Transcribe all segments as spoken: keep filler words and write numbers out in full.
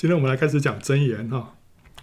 今天我们来开始讲箴言哈。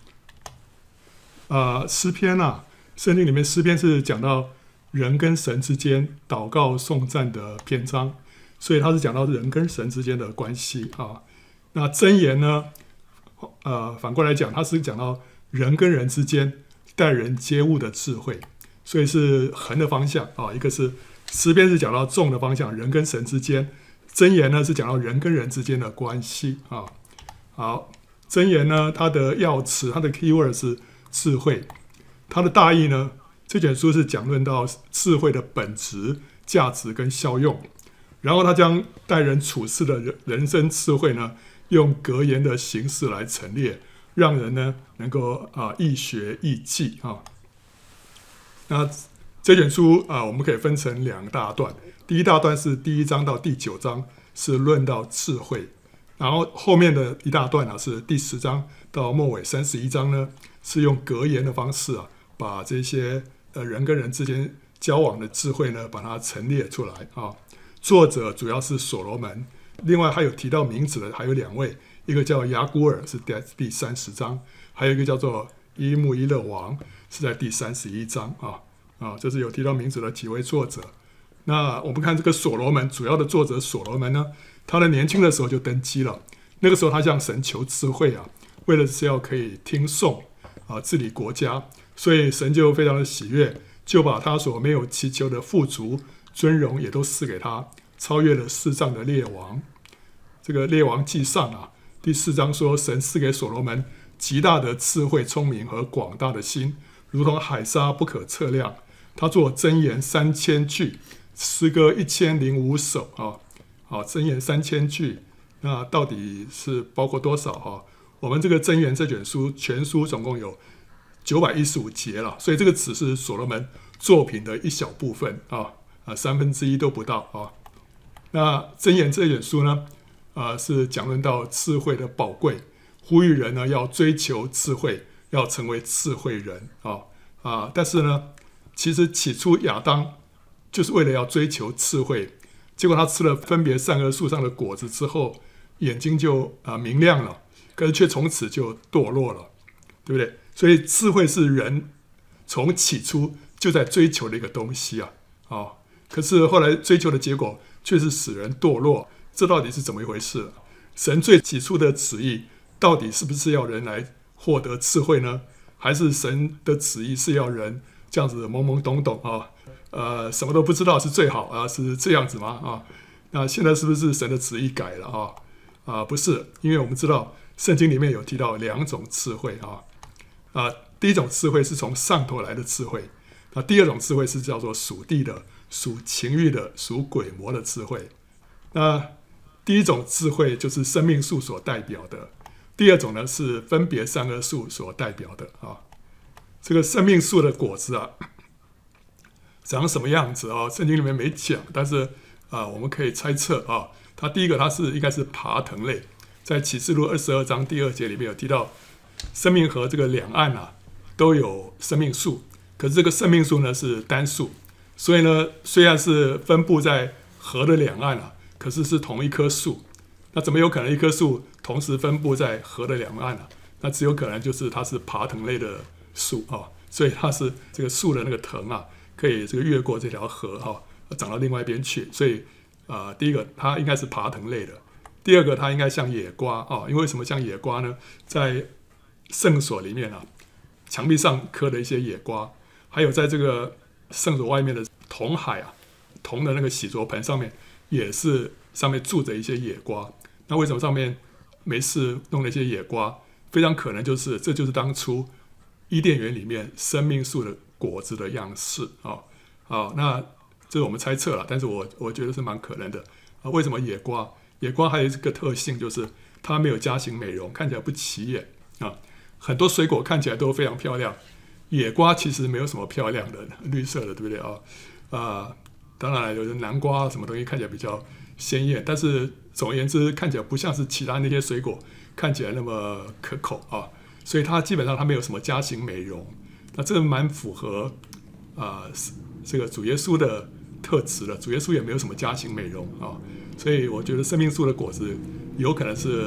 啊、呃，诗篇啊，圣经里面诗篇是讲到人跟神之间祷告颂赞的篇章，所以它是讲到人跟神之间的关系啊。那箴言呢，呃，反过来讲，它是讲到人跟人之间待人接物的智慧，所以是横的方向啊。一个是诗篇是讲到纵的方向，人跟神之间；箴言呢是讲到人跟人之间的关系啊。好，箴言呢，它的要词，它的 keyword 是智慧。它的大意呢，这卷书是讲论到智慧的本质、价值跟效用。然后他将待人处事的人人生智慧呢，用格言的形式来陈列，让人呢能够啊易学易记啊。那这卷书啊，我们可以分成两大段。第一大段是第一章到第九章，是论到智慧。然后后面的一大段啊，是第十章到末尾三十一章呢，是用格言的方式啊，把这些呃人跟人之间交往的智慧呢，把它陈列出来啊。作者主要是所罗门，另外还有提到名字的还有两位，一个叫雅古尔，是在第三十章，还有一个叫做伊木伊勒王，是在第三十一章啊啊，这是有提到名字的几位作者。那我们看这个所罗门，主要的作者所罗门呢，他的年轻的时候就登基了。那个时候他向神求智慧啊，为了是要可以听讼啊，治理国家，所以神就非常的喜悦，就把他所没有祈求的富足、尊荣也都赐给他，超越了世上的列王。这个列王记上啊，第四章说，神赐给所罗门极大的智慧、聪明和广大的心，如同海沙不可测量。他作箴言三千句，诗歌一千零五首啊。好，箴言三千句，那到底是包括多少哈？我们这个箴言这卷书全书总共有九百一十五节了，所以这个只是所罗门作品的一小部分啊，啊三分之一都不到啊。那箴言这卷书呢，啊是讲论到智慧的宝贵，呼吁人呢要追求智慧，要成为智慧人啊啊！但是呢，其实起初亚当就是为了要追求智慧。结果他吃了分别善恶树上的果子之后，眼睛就啊、呃、明亮了，可是却从此就堕落了，对不对？所以智慧是人从起初就在追求的一个东西啊，哦，可是后来追求的结果却是使人堕落，这到底是怎么一回事？神最起初的旨意到底是不是要人来获得智慧呢？还是神的旨意是要人这样子懵懵懂懂啊？呃，什么都不知道是最好啊，是这样子吗？啊，那现在是不是神的旨意改了啊？啊，不是，因为我们知道圣经里面有提到两种智慧啊，啊，第一种智慧是从上头来的智慧，那第二种智慧是叫做属地的、属情欲的、属鬼魔的智慧。那第一种智慧就是生命树所代表的，第二种呢是分别善恶树所代表的啊。这个生命树的果子啊，长什么样子啊？圣经里面没讲，但是啊、呃，我们可以猜测啊。它第一个，它是应该是爬藤类，在启示录二十二章第二节里面有提到，生命河这个两岸啊都有生命树，可是这个生命树呢是单树，所以呢虽然是分布在河的两岸啊，可是是同一棵树。那怎么有可能一棵树同时分布在河的两岸啊？那只有可能就是它是爬藤类的树啊，所以它是这个树的那个藤啊。可以这个越过这条河哈，长到另外一边去，所以啊、呃，第一个它应该是爬藤类的，第二个它应该像野瓜啊，因为什么像野瓜呢？在圣所里面啊，墙壁上刻了一些野瓜，还有在这个圣所外面的铜海啊，铜的那个洗濯盆上面也是上面住着一些野瓜。那为什么上面没事弄了一些野瓜？非常可能就是这就是当初伊甸园里面生命树的果子的样式啊，好，那这是我们猜测了，但是我我觉得是蛮可能的啊。为什么野瓜？野瓜还有一个特性，就是它没有家型美容，看起来不起眼啊。很多水果看起来都非常漂亮，野瓜其实没有什么漂亮的，绿色的，对不对啊？啊，当然有的南瓜什么东西看起来比较鲜艳，但是总而言之，看起来不像是其他那些水果看起来那么可口啊。所以它基本上它没有什么家型美容。那这蛮符合啊、呃、这个主耶稣的特质的，主耶稣也没有什么家型美容啊，所以我觉得生命树的果子有可能是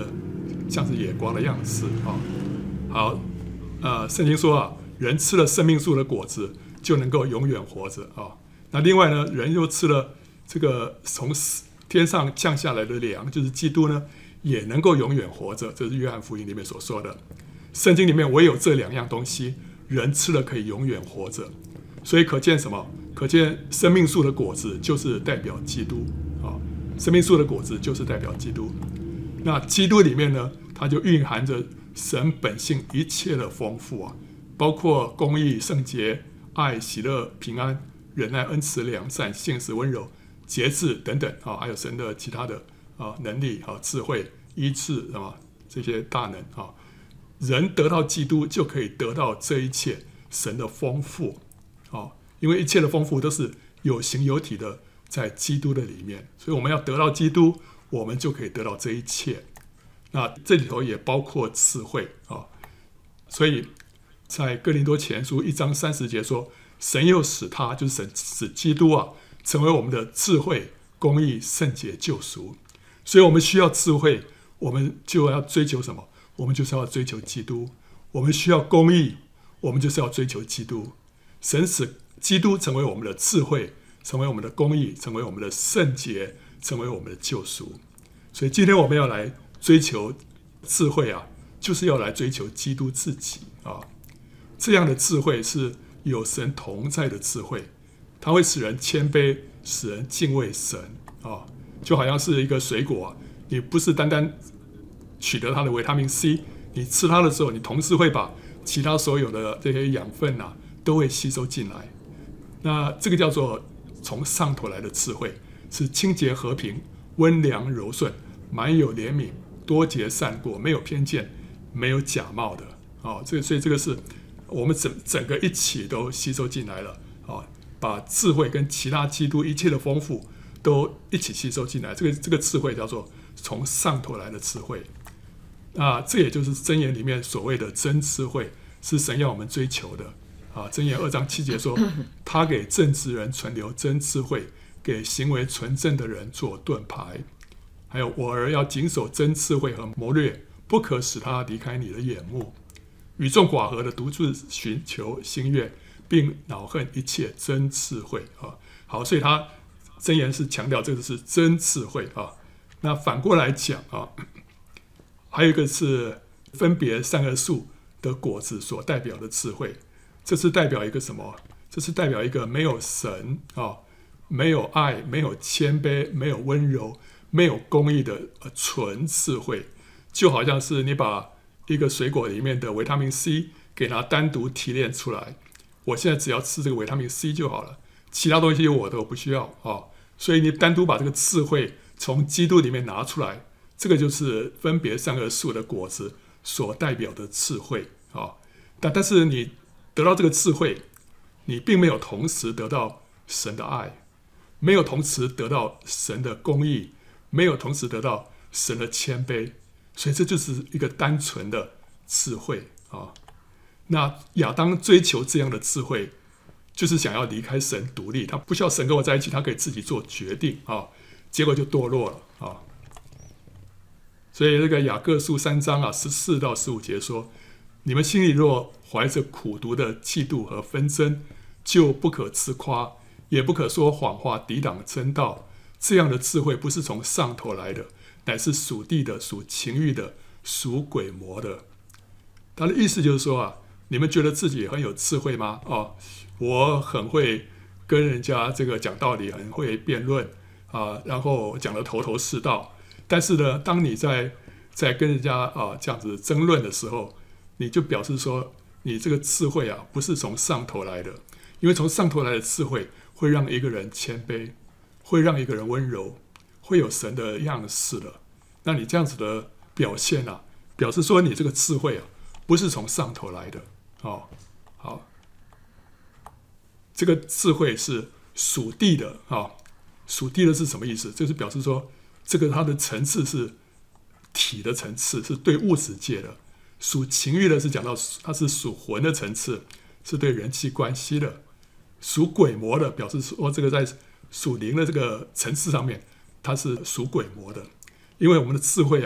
像是野光的样式啊。好，呃，圣经说啊，人吃了生命树的果子就能够永远活着啊。那另外呢，人又吃了这个从天上降下来的粮，就是基督呢，也能够永远活着。这是约翰福音里面所说的。圣经里面唯有这两样东西，人吃了可以永远活着。所以可见什么？可见生命树的果子就是代表基督啊。生命树的果子就是代表基督。那基督里面呢，它就蕴含着神本性一切的丰富啊，包括公义、圣洁、爱、喜乐、平安、忍耐、恩慈、良善、信实、温柔、节制等等啊，还有神的其他的啊能力啊、智慧、医治啊这些大能啊，人得到基督就可以得到这一切神的丰富啊，因为一切的丰富都是有形有体的在基督的里面，所以我们要得到基督，我们就可以得到这一切。那这里头也包括智慧啊，所以在哥林多前书一章三十节说，神又使他，就是神使基督啊，成为我们的智慧、公义、圣洁、救赎。所以我们需要智慧，我们就要追求什么？我们就是要追求基督。我们需要公义，我们就是要追求基督。神使基督成为我们的智慧，成为我们的公义，成为我们的圣洁，成为我们的救赎。所以今天我们要来追求智慧啊，就是要来追求基督自己啊。这样的智慧是有神同在的智慧，它会使人谦卑，使人敬畏神啊。就好像是一个水果啊，你不是单单取得它的维他命 C， 你吃它的时候，你同时会把其他所有的这些养分啊，都会吸收进来。那这个叫做从上头来的智慧，是清洁和平、温良柔顺、满有怜悯、多结善果，没有偏见，没有假冒的啊。这个所以这个是我们整整个一起都吸收进来了啊，把智慧跟其他基督一切的丰富都一起吸收进来。这个这个智慧叫做从上头来的智慧啊，这也就是箴言里面所谓的真智慧，是神要我们追求的啊。箴言二章七节说，他给正直人存留真智慧，给行为纯正的人做盾牌。还有，我儿要谨守真智慧和谋略，不可使他离开你的眼目。与众寡合的独自寻求心悦，并恼恨一切真智慧啊。好，所以他箴言是强调这个是真智慧啊。那反过来讲啊，还有一个是分别善恶树的果子所代表的智慧，这是代表一个什么？这是代表一个没有神啊，没有爱，没有谦卑，没有温柔，没有公义的纯智慧。就好像是你把一个水果里面的维他命 C 给它单独提炼出来，我现在只要吃这个维他命 C 就好了，其他东西我都不需要啊。所以你单独把这个智慧从基督里面拿出来，这个就是分别善恶树的果子所代表的智慧啊。但但是你得到这个智慧，你并没有同时得到神的爱，没有同时得到神的公义，没有同时得到神的谦卑，所以这就是一个单纯的智慧啊。那亚当追求这样的智慧，就是想要离开神独立，他不需要神跟我在一起，他可以自己做决定啊，结果就堕落了啊。所以这个雅各书三章啊十四到十五节说，你们心里若怀着苦毒的嫉妒和纷争，就不可自夸，也不可说谎话抵挡真道。这样的智慧不是从上头来的，乃是属地的，属情欲的，属鬼魔的。他的意思就是说啊，你们觉得自己很有智慧吗？哦，我很会跟人家这个讲道理，很会辩论啊，然后讲得头头是道。但是呢，当你在在跟人家啊这样子争论的时候，你就表示说，你这个智慧啊不是从上头来的，因为从上头来的智慧会让一个人谦卑，会让一个人温柔，会有神的样式的。那你这样子的表现啊，表示说你这个智慧啊不是从上头来的哦。好，这个智慧是属地的啊、哦，属地的是什么意思？就是表示说，这个它的层次是体的层次，是对物质界的；属情欲的是讲到它是属魂的层次，是对人际关系的；属鬼魔的表示说这个在属灵的这个层次上面，它是属鬼魔的。因为我们的智慧啊，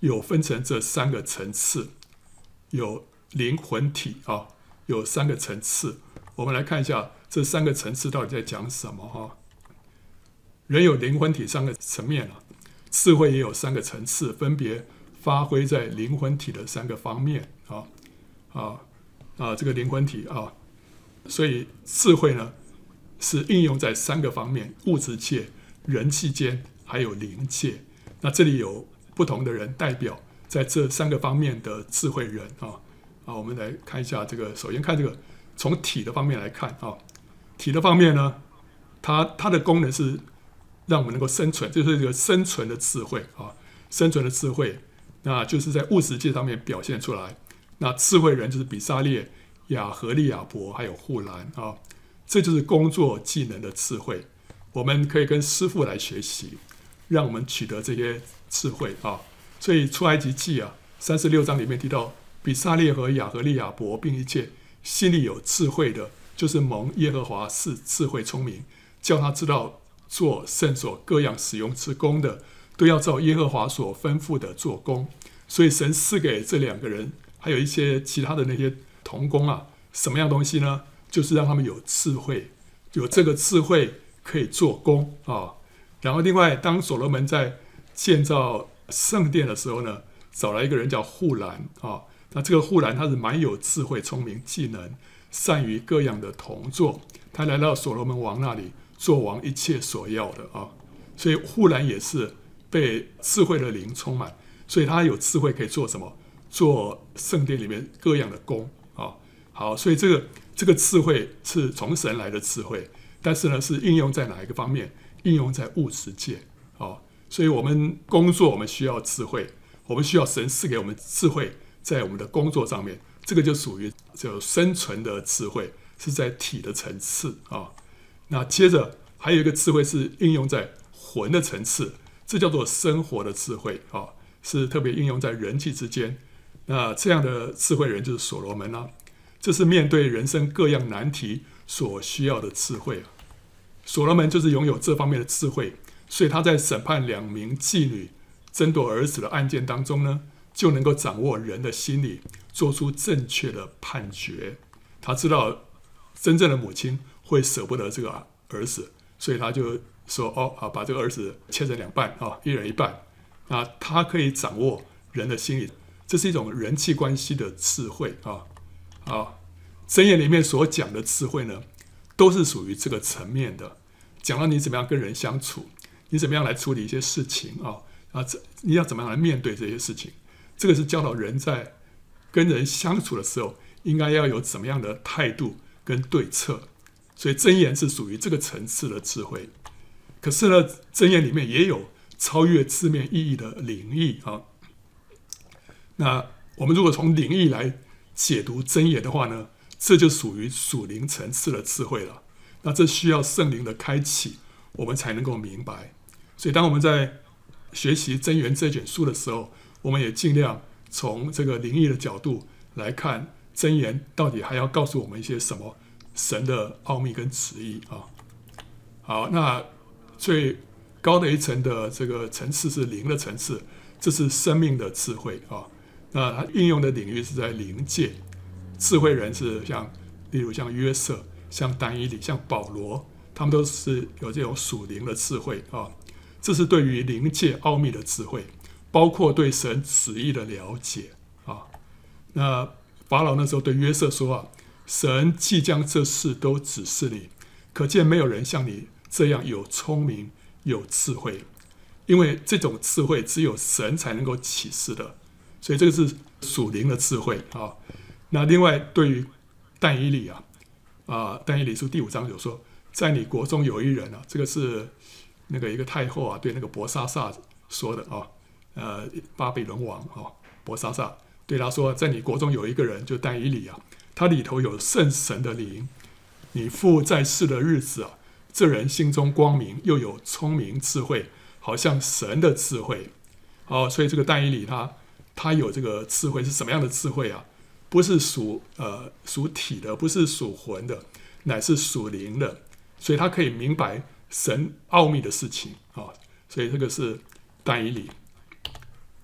有分成这三个层次，有灵魂体啊，有三个层次。我们来看一下这三个层次到底在讲什么哈。人有灵魂体三个层面啊，智慧也有三个层次，分别发挥在灵魂体的三个方面啊啊啊，这个灵魂体啊，所以智慧呢是应用在三个方面：物质界、人际间，还有灵界。那这里有不同的人代表在这三个方面的智慧人啊啊，我们来看一下这个。首先看这个，从体的方面来看啊，体的方面呢，它它的功能是让我们能够生存，就是这个生存的智慧啊，生存的智慧，那就是在物质界上面表现出来。那智慧人就是比沙列、亚和利亚伯还有户兰啊，这就是工作技能的智慧。我们可以跟师父来学习，让我们取得这些智慧啊。所以出埃及记啊三十六章里面提到，比沙列和亚和利亚伯并一切心里有智慧的，就是蒙耶和华赐智慧聪明，叫他知道做圣所各样使用之功的，都要照耶和华所吩咐的做工。所以神赐给这两个人，还有一些其他的那些同工啊，什么样东西呢？就是让他们有智慧，有这个智慧可以做工啊。然后另外，当所罗门在建造圣殿的时候呢，找来一个人叫户兰啊。那这个户兰他是蛮有智慧、聪明、技能，善于各样的铜作。他来到所罗门王那里，做王一切所要的啊。所以户兰也是被智慧的灵充满，所以他有智慧可以做什么？做圣殿里面各样的工啊。好，所以这个这个智慧是从神来的智慧，但是呢，是应用在哪一个方面？应用在物质界啊。所以我们工作，我们需要智慧，我们需要神赐给我们智慧，在我们的工作上面，这个就属于就生存的智慧，是在体的层次啊。那接着还有一个智慧是应用在魂的层次，这叫做生活的智慧啊，是特别应用在人际之间。那这样的智慧人就是所罗门啊，这是面对人生各样难题所需要的智慧啊。所罗门就是拥有这方面的智慧，所以他在审判两名妓女争夺儿子的案件当中呢，就能够掌握人的心理，做出正确的判决。他知道真正的母亲会舍不得这个儿子，所以他就说：“哦，啊，把这个儿子切成两半啊，一人一半。”啊，他可以掌握人的心理，这是一种人际关系的智慧啊啊！箴言里面所讲的智慧呢，都是属于这个层面的，讲到你怎么样跟人相处，你怎么样来处理一些事情啊啊，你要怎么样来面对这些事情，这个是教导人在跟人相处的时候，应该要有怎么样的态度跟对策。所以箴言是属于这个层次的智慧。可是呢，箴言里面也有超越字面意义的灵意啊。那我们如果从灵意来解读箴言的话呢，这就属于属灵层次的智慧了。那这需要圣灵的开启，我们才能够明白。所以当我们在学习箴言这卷书的时候，我们也尽量从这个灵意的角度来看箴言到底还要告诉我们一些什么神的奥秘跟旨意啊。好，那最高的一层的这个层次是灵的层次，这是生命的智慧啊。那它应用的领域是在灵界，智慧人是像例如像约瑟、像但以理、像保罗，他们都是有这种属灵的智慧啊。这是对于灵界奥秘的智慧，包括对神旨意的了解啊。那法老那时候对约瑟说啊，神即将这事都指示你，可见没有人像你这样有聪明有智慧，因为这种智慧只有神才能够启示的，所以这个是属灵的智慧啊。那另外对于但以理啊，啊但以理书第五章有说，在你国中有一人啊，这个是那个一个太后啊对那个伯沙撒说的啊，呃巴比伦王啊伯沙撒对他说，在你国中有一个人，就但以理啊，他里头有圣神的灵，你父在世的日子啊，这人心中光明，又有聪明智慧，好像神的智慧。哦，所以这个但以理他他有这个智慧是什么样的智慧啊？不是属呃属体的，不是属魂的，乃是属灵的，所以他可以明白神奥秘的事情啊。所以这个是但以理。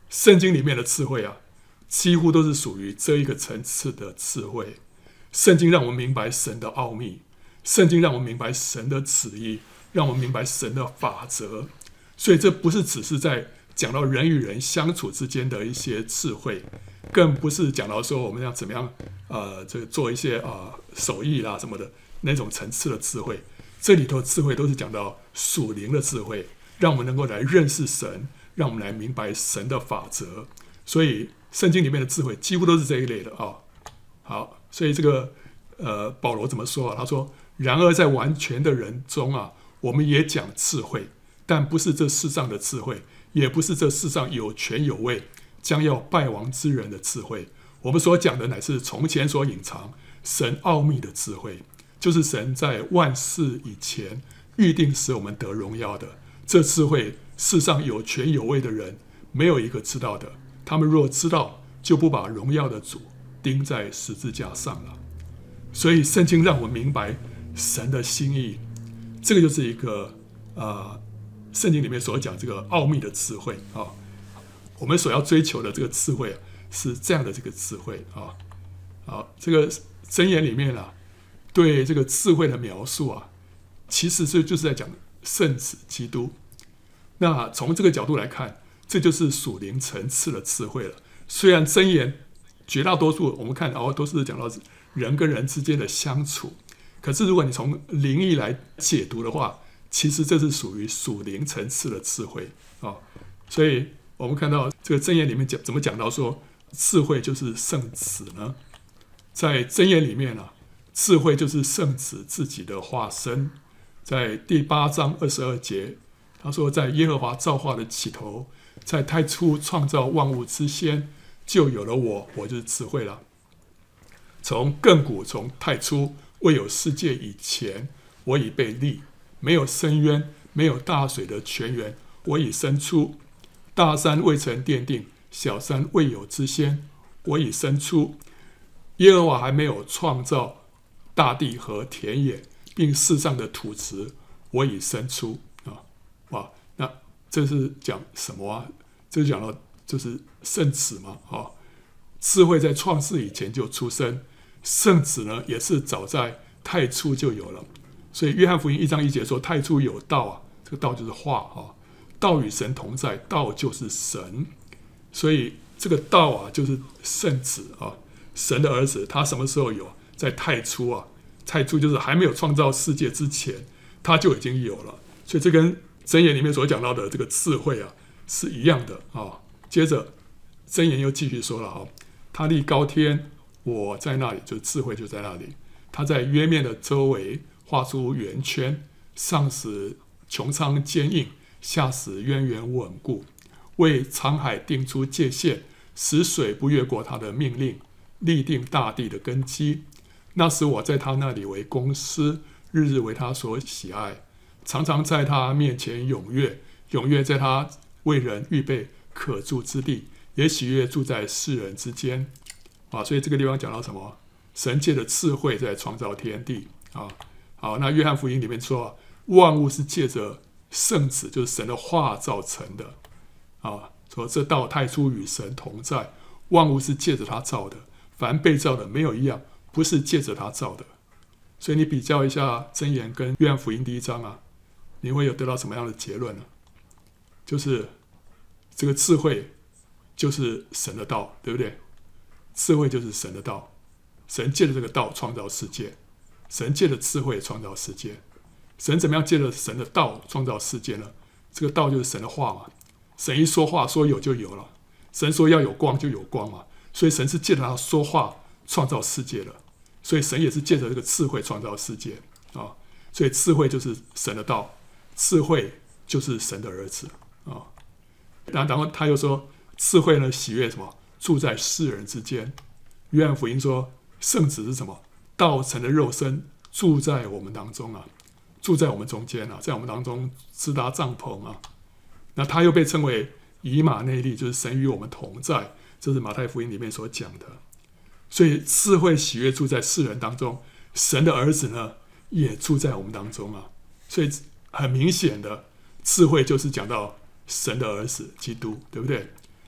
圣经里面的智慧啊，几乎都是属于这一个层次的智慧。圣经让我们明白神的奥秘，圣经让我们明白神的旨意，让我们明白神的法则。所以这不是只是在讲到人与人相处之间的一些智慧，更不是讲到说我们要怎么样呃，这个做一些呃手艺啦什么的那种层次的智慧。这里头的智慧都是讲到属灵的智慧，让我们能够来认识神，让我们来明白神的法则。所以圣经里面的智慧几乎都是这一类的啊、哦。好，所以这个呃保罗怎么说啊？他说：“然而在完全的人中啊，我们也讲智慧，但不是这世上的智慧，也不是这世上有权有位将要败亡之人的智慧。我们所讲的乃是从前所隐藏神奥秘的智慧，就是神在万事以前预定使我们得荣耀的。这智慧，世上有权有位的人没有一个知道的。他们若知道，就不把荣耀的主钉在十字架上了。”所以圣经让我明白神的心意，这个就是一个呃，圣经里面所讲这个奥秘的智慧啊、哦。我们所要追求的这个智慧、啊、是这样的这个智慧啊。好，这个箴言里面啊，对这个智慧的描述啊，其实是就是在讲圣子基督。那从这个角度来看，这就是属灵层次的智慧了。虽然箴言绝大多数我们看哦都是讲到人跟人之间的相处，可是如果你从灵意来解读的话，其实这是属于属灵层次的智慧啊、哦。所以我们看到这个箴言里面讲怎么讲到说智慧就是圣子呢？在箴言里面啊，智慧就是圣子自己的化身。在第八章二十二节，他说：“在耶和华造化的起头，在太初创造万物之先，就有了我，我就是智慧了。从亘古，从太初，未有世界以前，我已被立，没有深渊，没有大水的泉源，我已生出。大山未曾奠定，小山未有之先，我已生出。耶和华还没有创造大地和田野，并世上的土质，我已生出。”啊，哇，那这是讲什么啊？这是讲到就是圣子嘛，啊，智慧在创世以前就出生，圣子呢也是早在太初就有了。所以约翰福音一章一节说：“太初有道啊，这个道就是话啊，道与神同在，道就是神。”所以这个道啊，就是圣子啊，神的儿子。他什么时候有？在太初啊，太初就是还没有创造世界之前，他就已经有了。所以这跟箴言里面所讲到的这个智慧啊是一样的啊。接着箴言又继续说了啊，他立高天，我在那里，就智慧就在那里。他在约面的周围画出圆圈，上使穹苍坚硬，下使渊源稳固，为沧海定出界限，使水不越过他的命令，立定大地的根基。那时我在他那里为公师，日日为他所喜爱，常常在他面前踊跃，踊跃在他为人预备可住之地，也喜悦住在世人之间。啊，所以这个地方讲到什么？神借的智慧在创造天地啊。好，那约翰福音里面说，万物是借着圣子，就是神的话造成的啊。说这道太初与神同在，万物是借着他造的，凡被造的没有一样不是借着他造的。所以你比较一下箴言跟约翰福音第一章啊，你会有得到什么样的结论呢？就是这个智慧就是神的道，对不对？智慧就是神的道，神借着这个道创造世界，神借着智慧创造世界。神怎么样借着神的道创造世界呢？这个道就是神的话嘛，神一说话，说有就有了。神说要有光就有光嘛，所以神是借着他说话创造世界的，所以神也是借着这个智慧创造世界啊。所以智慧就是神的道，智慧就是神的儿子啊。然后他又说，智慧呢喜悦什么？住在世人之间。约翰福音说，圣子是什么？道成的肉身住在我们当中啊，住在我们中间啊，在我们当中支搭帐篷啊。那他又被称为以马内利，就是神与我们同在，这是马太福音里面所讲的。所以智慧喜悦住在世人当中，神的儿子呢也住在我们当中啊。所以很明显的，智慧就是讲到神的儿子基督，对不对？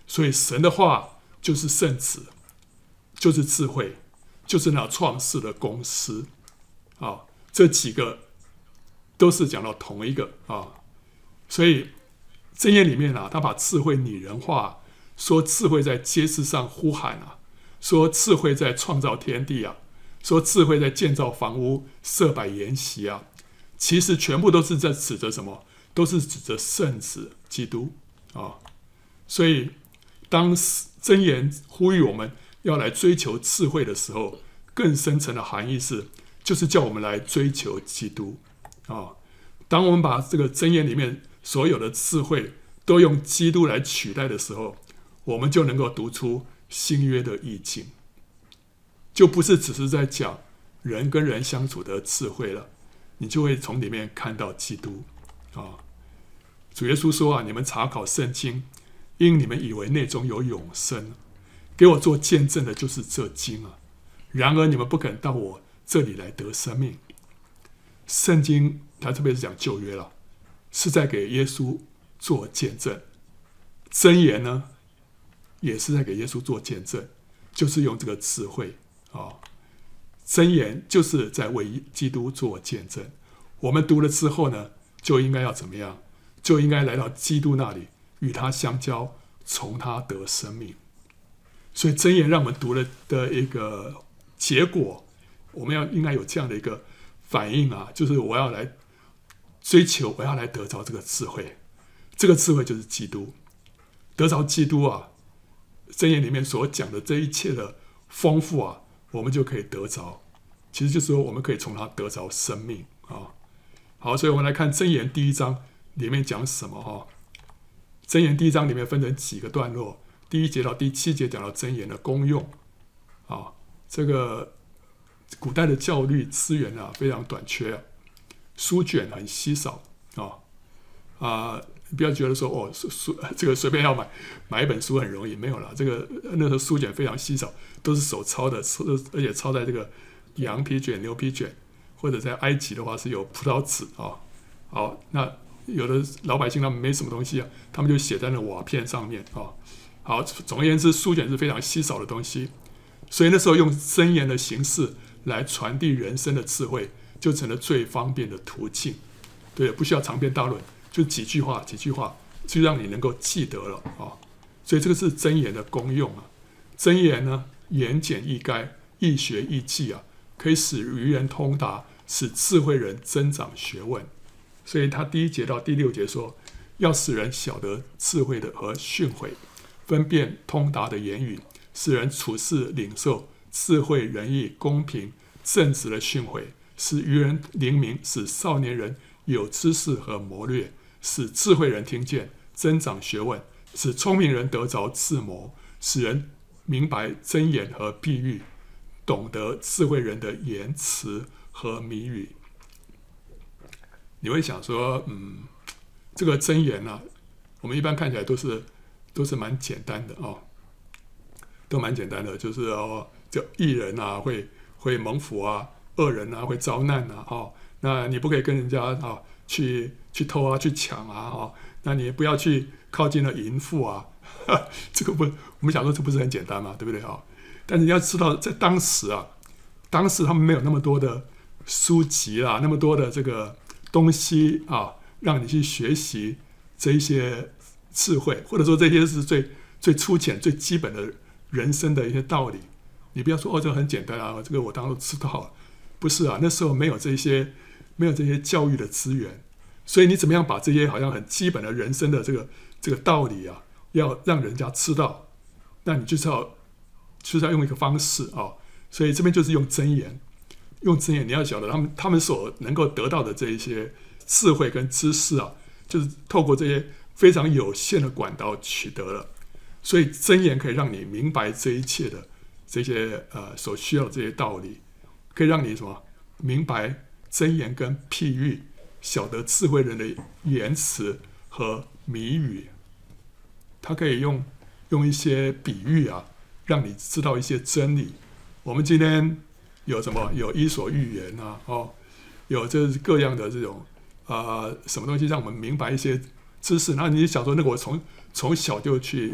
所以神的话就是圣旨，就是智慧，就是那创世的公司啊。这几个都是讲到同一个啊。所以箴言里面啊，他把智慧拟人化，说智慧在街市上呼喊啊，说智慧在创造天地啊，说智慧在建造房屋、设摆筵席啊。其实全部都是在指着什么？都是指着圣子基督啊。所以当箴言呼吁我们要来追求智慧的时候，更深层的含义是，就是叫我们来追求基督啊。当我们把这个箴言里面所有的智慧都用基督来取代的时候，我们就能够读出新约的意境，就不是只是在讲人跟人相处的智慧了，你就会从里面看到基督啊。主耶稣说啊，你们查考圣经，因你们以为内中有永生，给我做见证的就是这经啊。然而你们不肯到我这里来得生命。圣经它特别是讲旧约了，是在给耶稣做见证。箴言呢，也是在给耶稣做见证，就是用这个智慧啊。箴言就是在为基督做见证。我们读了之后呢，就应该要怎么样？就应该来到基督那里，与他相交，从他得生命。所以箴言让我们读了的一个结果，我们要应该有这样的一个反应啊，就是我要来追求，我要来得着这个智慧。这个智慧就是基督，得着基督啊，箴言里面所讲的这一切的丰富啊，我们就可以得着。其实就是说，我们可以从他得着生命啊。好，所以我们来看箴言第一章里面讲什么哈？箴言第一章里面分成几个段落，第一节到第七节讲到箴言的功用啊。这个古代的教育资源啊非常短缺啊，书卷很稀少啊啊！不要觉得说哦，书这个随便要买买一本书很容易，没有了。这个那时候书卷非常稀少，都是手抄的，而且抄在这个羊皮卷、牛皮卷，或者在埃及的话是有葡萄纸啊。好，那有的老百姓他们没什么东西啊，他们就写在那瓦片上面啊。好，总而言之，书卷是非常稀少的东西，所以那时候用箴言的形式来传递人生的智慧，就成了最方便的途径。对，不需要长篇大论，就几句话，几句话就让你能够记得了啊。所以这个是箴言的功用啊。箴言呢，言简意赅，易学易记啊，可以使愚人通达，使智慧人增长学问。所以他第一节到第六节说，要使人晓得智慧的和训诲，分辨通达的言语，使人处事领受智慧、仁义、公平、正直的训诲，使愚人灵明，使少年人有知识和谋略，使智慧人听见，增长学问，使聪明人得着智谋，使人明白箴言和譬喻，懂得智慧人的言辞和谜语。你会想说，嗯，这个箴言啊，我们一般看起来都是都是蛮简单的哦，都蛮简单的，就是哦，就义人啊会会蒙福啊，恶人啊会遭难啊，哦，那你不可以跟人家啊、哦、去去偷啊，去抢啊，哦，那你不要去靠近了淫妇啊，这个不，我们想说这不是很简单嘛，对不对啊、哦？但是你要知道，在当时啊，当时他们没有那么多的书籍啦，那么多的这个东西啊，让你去学习这一些智慧，或者说这些是最最粗浅、最基本的人生的一些道理。你不要说哦，这个很简单啊，这个我当然知道了。不是啊，那时候没有这些，没有这些教育的资源，所以你怎么样把这些好像很基本的人生的这个这个道理啊，要让人家知道，那你就是要就是要用一个方式啊。所以这边就是用箴言。用箴言，你要晓得他们他们所能够得到的这一些智慧跟知识啊，就是透过这些非常有限的管道取得了。所以箴言可以让你明白这一切的这些呃所需要的这些道理，可以让你什么明白箴言跟譬喻，晓得智慧人的言辞和谜语。它可以用用一些比喻啊，让你知道一些真理。我们今天有什么？有伊索寓言啊，哦，有这各样的这种啊、呃、什么东西让我们明白一些知识。然后你想说，那个我从从小就去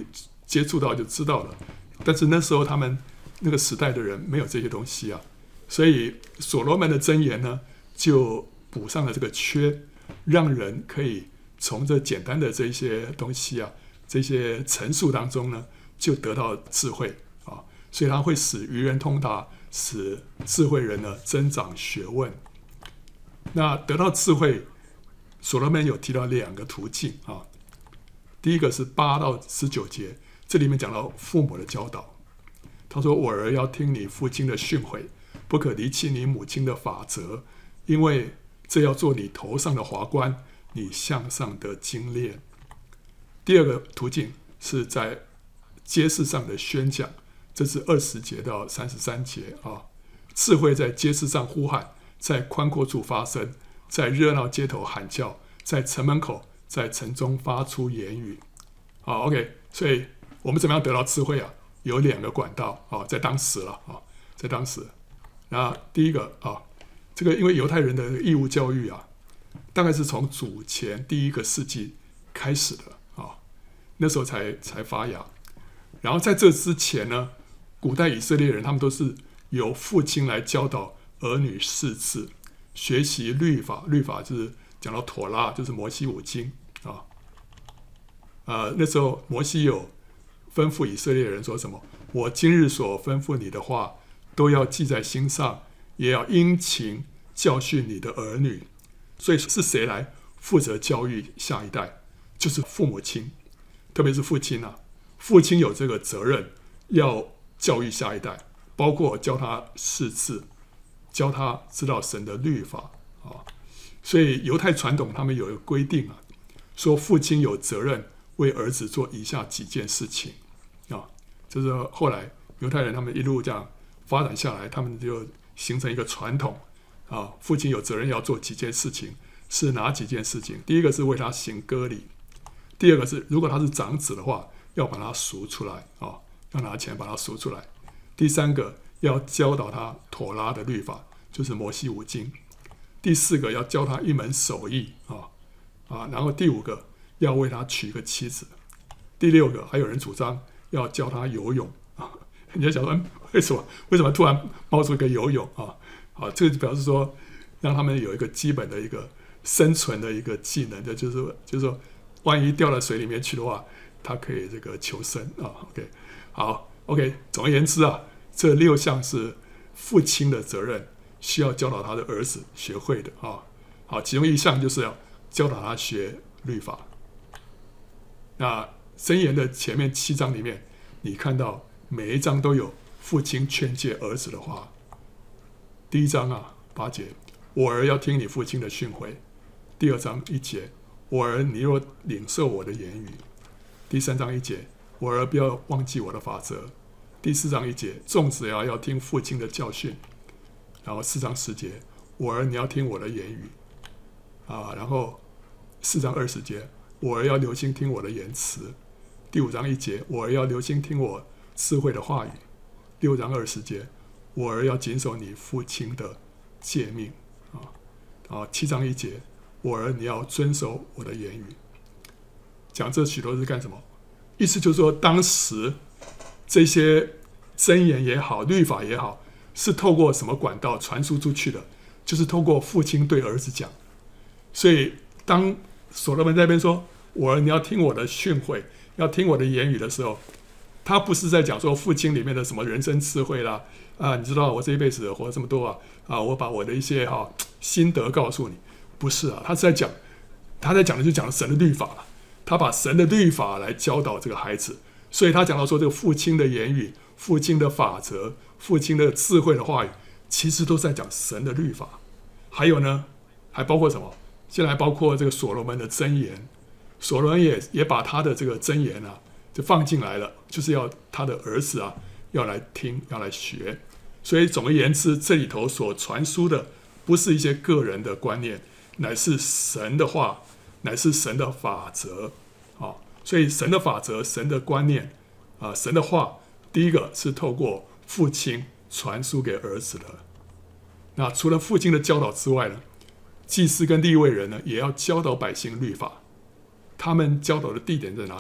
接触到就知道了。但是那时候他们那个时代的人没有这些东西啊，所以所罗门的箴言呢，就补上了这个缺，让人可以从这简单的这些东西啊，这些陈述当中呢，就得到智慧啊，所以它会使愚人通达，使智慧人呢增长学问。那得到智慧，所罗门有提到两个途径啊。第一个是八到十九节，这里面讲到父母的教导。他说：“我儿要听你父亲的训诲，不可离弃你母亲的法则，因为这要做你头上的华冠，你向上的金链。”第二个途径是在街市上的宣讲，这是二十节到三十三节啊。智慧在街市上呼喊，在宽阔处发声，在热闹街头喊叫，在城门口，在城中发出言语。好 ，OK， 所以我们怎么样得到智慧啊？有两个管道啊，在当时了啊，在当时。那第一个啊，这个因为犹太人的义务教育啊，大概是从主前第一个世纪开始的啊，那时候才才发芽。然后在这之前呢，古代以色列人他们都是由父亲来教导儿女识字，学习律法。律法就是讲到妥拉，就是摩西五经啊。呃，那时候摩西有吩咐以色列人说什么？我今日所吩咐你的话，都要记在心上，也要殷勤教训你的儿女。所以是谁来负责教育下一代？就是父母亲，特别是父亲啊，父亲有这个责任要教育下一代，包括教他识字，教他知道神的律法啊。所以犹太传统他们有一个规定啊，说父亲有责任为儿子做以下几件事情啊，就是后来犹太人他们一路这样发展下来，他们就形成一个传统啊，父亲有责任要做几件事情，是哪几件事情？第一个是为他行割礼，第二个是如果他是长子的话，要把他赎出来啊，要拿钱把他赎出来。第三个要教导他妥拉的律法，就是摩西五经。第四个要教他一门手艺啊啊，然后第五个要为他娶个妻子。第六个还有人主张要教他游泳啊，你就想说为什么为什么突然冒出一个游泳啊？啊，这个就表示说让他们有一个基本的一个生存的一个技能，就是就是说万一掉到水里面去的话，他可以这个求生啊。OK， 好 ，OK， 总而言之啊，这六项是父亲的责任，需要教导他的儿子学会的啊。好，其中一项就是要教导他学律法。那箴言的前面七章里面，你看到每一章都有父亲劝诫儿子的话。第一章啊，八节，我儿要听你父亲的训诲。第二章一节，我儿你若领受我的言语。第三章一节，我儿不要忘记我的法则。第四章一节，众子啊要听父亲的教训。然后四章十节，我儿你要听我的言语啊。然后四章二十节，我儿要留心听我的言辞。第五章一节，我儿要留心听我智慧的话语。六章二十节，我儿要谨守你父亲的诫命啊。啊，七章一节，我儿你要遵守我的言语。讲这许多是干什么？意思就是说，当时这些箴言也好，律法也好，是透过什么管道传输出去的？就是透过父亲对儿子讲。所以当所罗门在那边说：“我儿，你要听我的训诲，要听我的言语”的时候，他不是在讲说父亲里面的什么人生智慧啦，啊，你知道我这一辈子活这么多啊，啊，我把我的一些哈、啊、心得告诉你，不是啊，他是在讲，他在讲的就讲神的律法了，他把神的律法来教导这个孩子，所以他讲到说这个父亲的言语、父亲的法则、父亲的智慧的话语，其实都在讲神的律法。还有呢，还包括什么？现在还包括这个所罗门的箴言，所罗门也也把他的这个箴言啊，就放进来了，就是要他的儿子啊要来听，要来学。所以总而言之，这里头所传输的不是一些个人的观念，乃是神的话，乃是神的法则啊。所以神的法则、神的观念啊、神的话，第一个是透过父亲传输给儿子的。那除了父亲的教导之外呢，祭司跟利未人呢，也要教导百姓律法。他们教导的地点在哪里？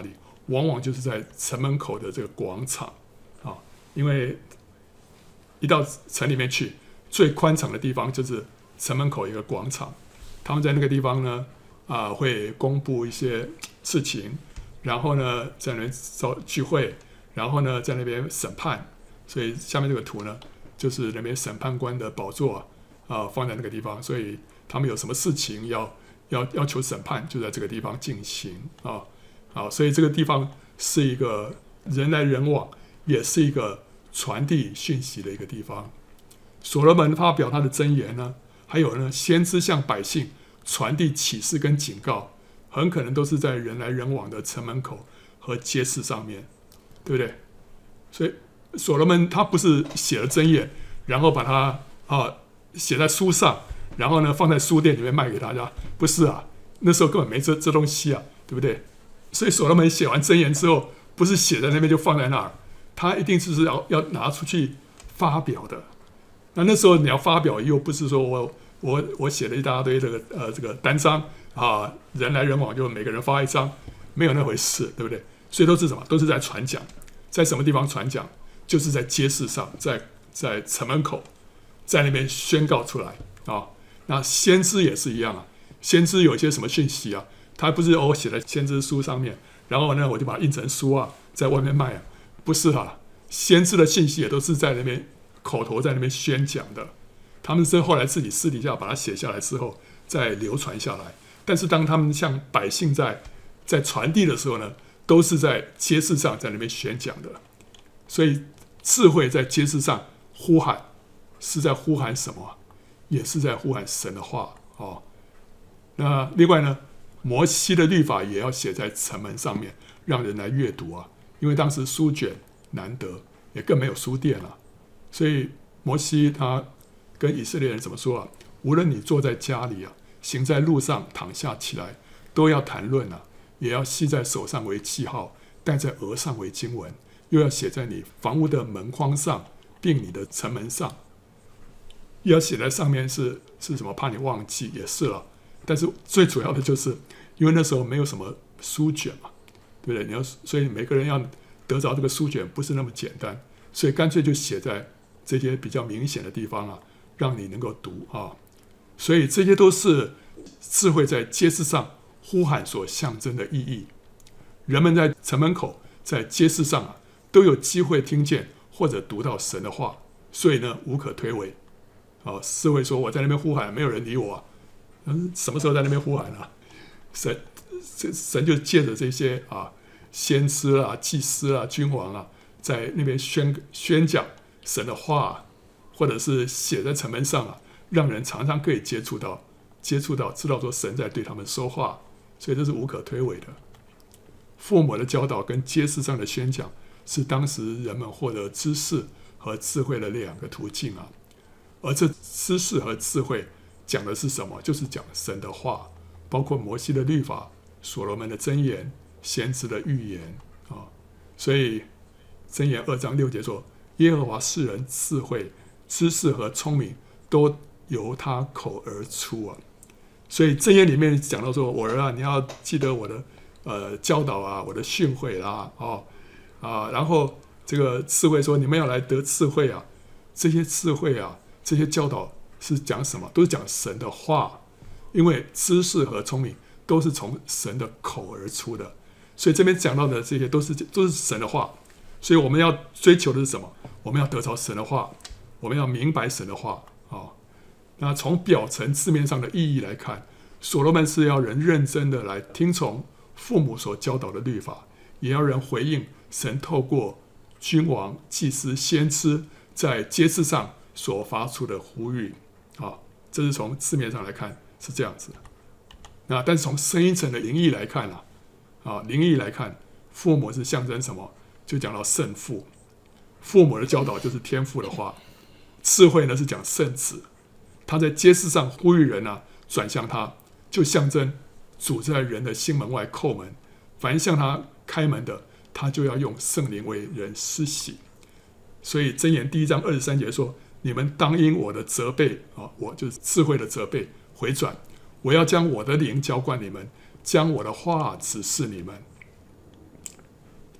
往往就是在城门口的这个广场啊，因为一到城里面去，最宽敞的地方就是城门口一个广场，他们在那个地方呢啊会公布一些事情，然后呢在那边召聚会，然后呢在那边审判，所以下面这个图呢就是那边审判官的宝座啊放在那个地方，所以他们有什么事情要要要求审判，就在这个地方进行啊。好，所以这个地方是一个人来人往，也是一个传递讯息的一个地方。所罗门发表他的箴言呢，还有呢，先知向百姓传递启示跟警告，很可能都是在人来人往的城门口和街市上面，对不对？所以所罗门他不是写了箴言，然后把它啊写在书上，然后呢放在书店里面卖给大家，不是啊，那时候根本没这这东西啊，对不对？所以所罗门写完箴言之后，不是写在那边就放在那儿，他一定是要要拿出去发表的。那那时候你要发表，又不是说我我我写了一大堆这个呃这个单张啊，人来人往就每个人发一张，没有那回事，对不对？所以都是什么？都是在传讲，在什么地方传讲？就是在街市上，在在城门口，在那边宣告出来啊。那先知也是一样啊，先知有一些什么讯息啊？他不是哦写在先知书上面，然后呢我就把它印成书啊，在外面卖啊，不是啊，先知的信息也都是在那边口头在那边宣讲的，他们是后来自己私底下把它写下来之后再流传下来，但是当他们向百姓在在传递的时候呢，都是在街市上在那边宣讲的，所以智慧在街市上呼喊，是在呼喊什么？也是在呼喊神的话哦。那另外呢？摩西的律法也要写在城门上面，让人来阅读啊。因为当时书卷难得，也更没有书店了，所以摩西他跟以色列人怎么说啊？无论你坐在家里啊，行在路上，躺下起来，都要谈论啊，也要系在手上为记号，戴在额上为经文，又要写在你房屋的门框上，并你的城门上。要写在上面是是什么？怕你忘记也是了。但是最主要的就是，因为那时候没有什么书卷嘛，对不对？你要，所以每个人要得着这个书卷不是那么简单，所以干脆就写在这些比较明显的地方啊，让你能够读啊。所以这些都是智慧在街市上呼喊所象征的意义。人们在城门口、在街市上啊，都有机会听见或者读到神的话，所以呢，无可推诿。啊，智慧说：“我在那边呼喊，没有人理我啊。”嗯，什么时候在那边呼喊啊？神，神就借着这些啊，先知啊、祭司啊、君王啊，在那边宣宣讲神的话，或者是写在城门上啊，让人常常可以接触到、接触到，知道说神在对他们说话，所以这是无可推诿的。父母的教导跟街市上的宣讲，是当时人们获得知识和智慧的两个途径啊。而这知识和智慧讲的是什么？就是讲神的话，包括摩西的律法、所罗门的箴言、先知的预言啊。所以箴言二章六节说：“耶和华赐人智慧、知识和聪明，都由他口而出啊。”所以箴言里面讲到说：“我儿啊，你要记得我的呃教导啊，我的训诲啦，哦啊。”然后这个智慧说：“你们要来得智慧啊，这些智慧啊。”这些教导是讲什么？都是讲神的话，因为知识和聪明都是从神的口而出的，所以这边讲到的这些都是都是神的话。所以我们要追求的是什么？我们要得着神的话，我们要明白神的话啊、哦。那从表层字面上的意义来看，所罗门是要人认真的来听从父母所教导的律法，也要人回应神透过君王、祭司、先知在街市上所发出的呼吁啊，这是从字面上来看是这样子的。那但是从深一层的灵意来看啊，啊灵意来看，父母是象征什么？就讲到圣父，父母的教导就是天父的话。智慧呢是讲圣子，他在街市上呼吁人啊转向他，就象征主在人的心门外叩门，凡向他开门的，他就要用圣灵为人施洗。所以箴言第一章二十三节说：“你们当因我的责备啊，我就是智慧的责备回转，我要将我的灵浇灌你们，将我的话指示你们。”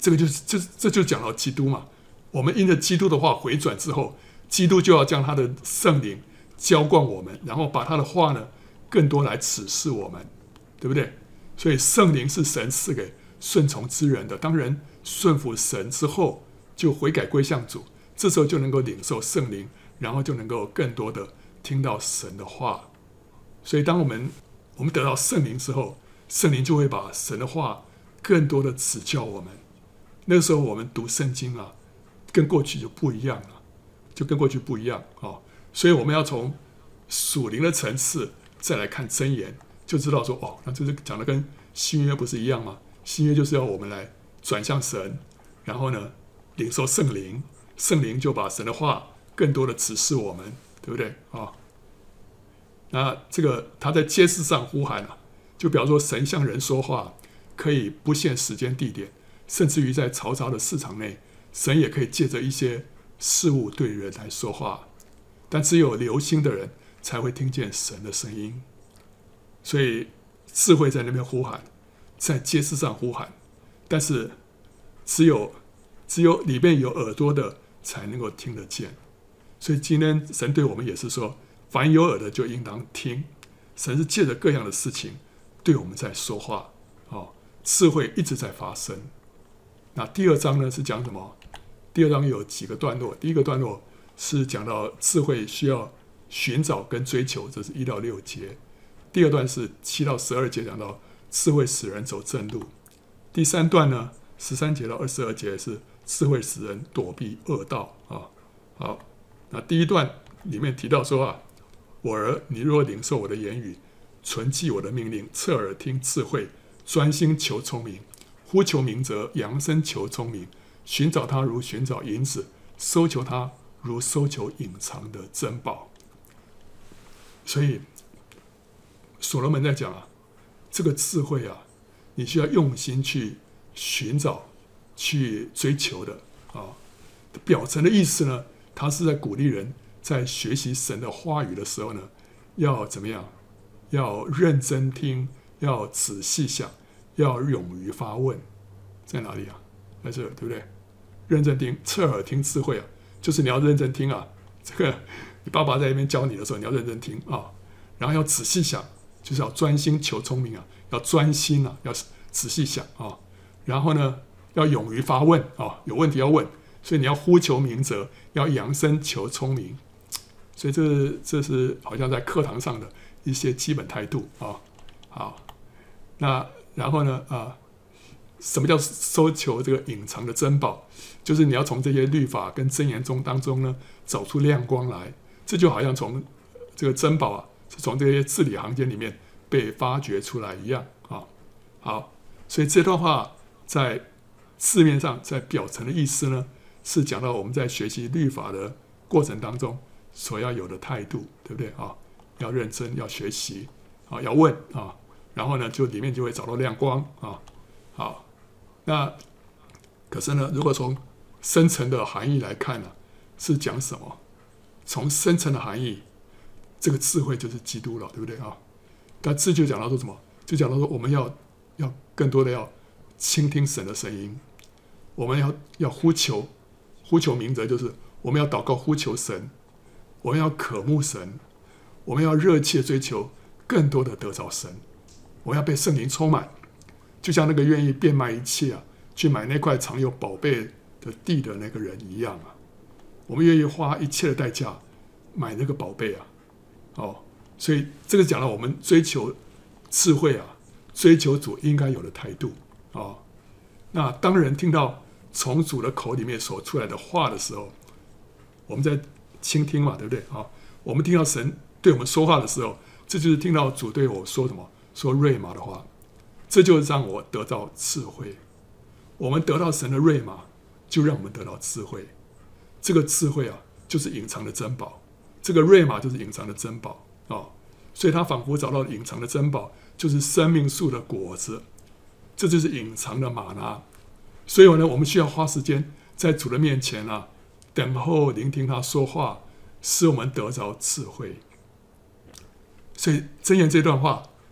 这个就是这这就讲到基督嘛。我们因着基督的话回转之后，基督就要将他的圣灵浇灌我们，然后把他的话呢更多来指示我们，对不对？所以圣灵是神赐给顺从之人的。当人顺服神之后，就悔改归向主，这时候就能够领受圣灵，然后就能够更多的听到神的话。所以当我们我们得到圣灵之后，圣灵就会把神的话更多的指教我们。那个时候我们读圣经啊，跟过去就不一样了，就跟过去不一样哦。所以我们要从属灵的层次再来看箴言，就知道说哦，那这是讲的跟新约不是一样吗？新约就是要我们来转向神，然后呢领受圣灵，圣灵就把神的话更多的指示我们，对不对啊、哦？那这个他在街市上呼喊啊，就比方说神向人说话，可以不限时间地点，甚至于在嘈杂的市场内，神也可以借着一些事物对人来说话。但只有留心的人才会听见神的声音。所以智慧在那边呼喊，在街市上呼喊，但是只有只有里面有耳朵的才能够听得见。所以今天神对我们也是说，凡有耳的就应当听。神是借着各样的事情对我们在说话、哦、智慧一直在发生。那第二章呢是讲什么？第二章有几个段落，第一个段落是讲到智慧需要寻找跟追求，这是一到六节。第二段是七到十二节，讲到智慧使人走正路。第三段呢，十三节到二十二节是智慧使人躲避恶道啊。好，那第一段里面提到说啊，我儿，你若领受我的言语，存记我的命令，侧耳听智慧，专心求聪明，呼求明哲，扬声求聪明，寻找他如寻找银子，搜求他如搜求隐藏的珍宝。所以所罗门在讲啊，这个智慧啊，你需要用心去寻找、去追求的啊。表层的意思呢，他是在鼓励人在学习神的话语的时候呢，要怎么样？要认真听，要仔细想，要勇于发问。在哪里啊？在这，对不对？认真听，侧耳听智慧啊，就是你要认真听啊。这个你爸爸在那边教你的时候，你要认真听啊，然后要仔细想，就是要专心求聪明啊，要专心啊，要仔细想啊。然后呢，要勇于发问啊，有问题要问，所以你要呼求明哲，要扬声求聪明。所以这这是好像在课堂上的一些基本态度啊。好，那然后呢啊，什么叫搜求这个隐藏的珍宝？就是你要从这些律法跟箴言中当中呢，找出亮光来。这就好像从这个珍宝啊，是从这些字里行间里面被发掘出来一样啊。好，所以这段话在字面上，在表层的意思呢，是讲到我们在学习律法的过程当中所要有的态度，对不对啊？要认真，要学习啊，要问啊，然后呢，就里面就会找到亮光啊。好，那可是呢，如果从深层的含义来看呢、啊，是讲什么？从深层的含义，这个智慧就是基督了，对不对啊？那这就讲到说什么？就讲到说我们要要更多的要倾听神的声音，我们要要呼求，呼求明哲，就是我们要祷告呼求神，我们要渴慕神，我们要热切追求更多的得着神，我们要被圣灵充满，就像那个愿意变卖一切啊，去买那块藏有宝贝的地的那个人一样啊。我们愿意花一切的代价买那个宝贝啊。哦，所以这个讲了我们追求智慧啊，追求主应该有的态度啊、哦。那当人听到从主的口里面所出来的话的时候，我们在倾听嘛，对不对啊、哦？我们听到神对我们说话的时候，这就是听到主对我说什么，说瑞玛的话，这就让我得到智慧。我们得到神的瑞玛，就让我们得到智慧。这个智慧啊，就是隐藏的珍宝。这个瑞玛就是隐藏的珍宝啊、哦，所以他仿佛找到隐藏的珍宝，就是生命树的果子，这就是隐藏的玛拿。所以呢，我们需要花时间在主的面前啊，等候聆听他说话，使我们得着智慧。所以箴言这段话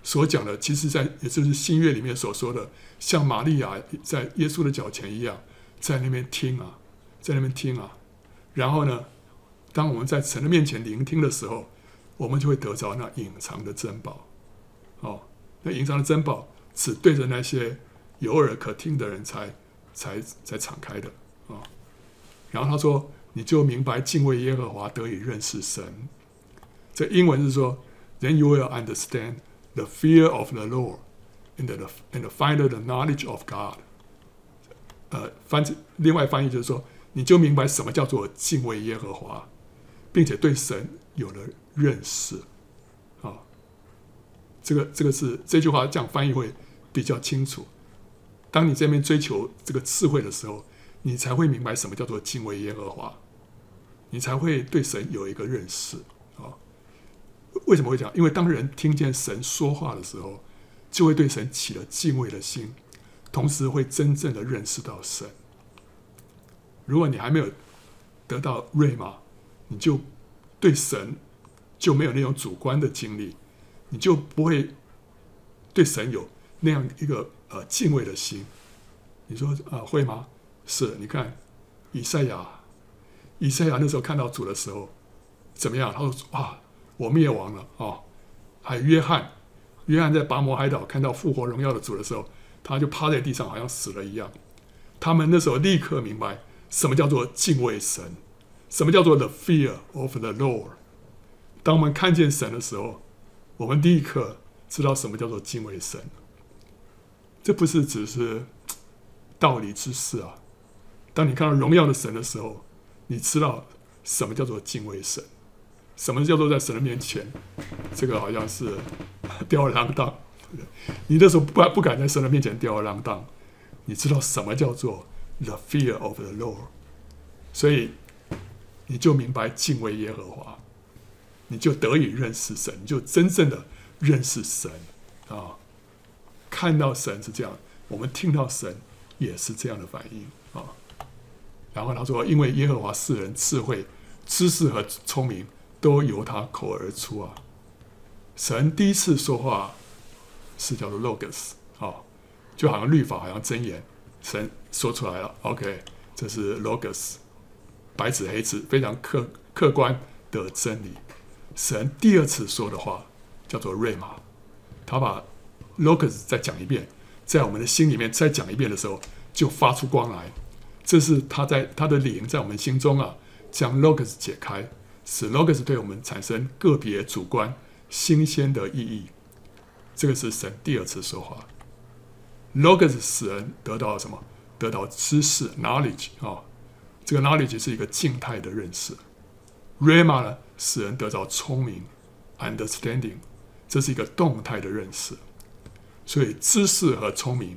所讲的，其实在也就是新约里面所说的，像玛利亚在耶稣的脚前一样，在那边听啊，在那边听啊。然后呢，当我们在神的面前聆听的时候，我们就会得着那隐藏的珍宝。哦，那隐藏的珍宝只对着那些有耳可听的人才才才敞开的啊、哦。然后他说，你就明白敬畏耶和华，得以认识神。这英文是说 ，Then you will understand the fear of the Lord and the and find the knowledge of God。呃，翻另外翻译就是说，你就明白什么叫做敬畏耶和华，并且对神有了认识。啊、哦，这个这个是这句话这样翻译会比较清楚。当你这边追求这个智慧的时候，你才会明白什么叫做敬畏耶和华，你才会对神有一个认识啊、哦。为什么会这样？因为当人听见神说话的时候，就会对神起了敬畏的心，同时会真正的认识到神。如果你还没有得到瑞玛，你就对神就没有那种主观的经历，你就不会对神有那样一个呃敬畏的心。你说啊、呃、会吗？是，你看以赛亚，以赛亚那时候看到主的时候怎么样？他说哇，我灭亡了哦。还有约翰，约翰在拔摩海岛看到复活荣耀的主的时候，他就趴在地上，好像死了一样。他们那时候立刻明白什么叫做敬畏神，什么叫做 the fear of the Lord。当我们看见神的时候，我们立刻知道什么叫做敬畏神。这不是只是道理知识啊。当你看到荣耀的神的时候，你知道什么叫做敬畏神，什么叫做在神的面前，这个好像是吊儿郎当。你那时候不不敢在神的面前吊儿郎当，你知道什么叫做 the fear of the Lord， 所以你就明白敬畏耶和华，你就得以认识神，你就真正的认识神啊！看到神是这样，我们听到神也是这样的反应啊。然后他说，因为耶和华赐人智慧、知识和聪明，都由他口而出啊。神第一次说话是叫做 logos 啊，就好像律法，好像箴言，神说出来了 ，OK， 这是 logos， 白纸黑字，非常客客观的真理。神第二次说的话叫做瑞玛，他把 logos 再讲一遍，在我们的心里面再讲一遍的时候，就发出光来。这是他在他的灵在我们心中啊，将 logos 解开，使 logos 对我们产生个别主观新鲜的意义。这个是神第二次说话。logos 使人得到什么？得到知识 knowledge 啊、哦，这个 knowledge 是一个静态的认识。rhema 呢，使人得到聪明 understanding， 这是一个动态的认识。所以知识和聪明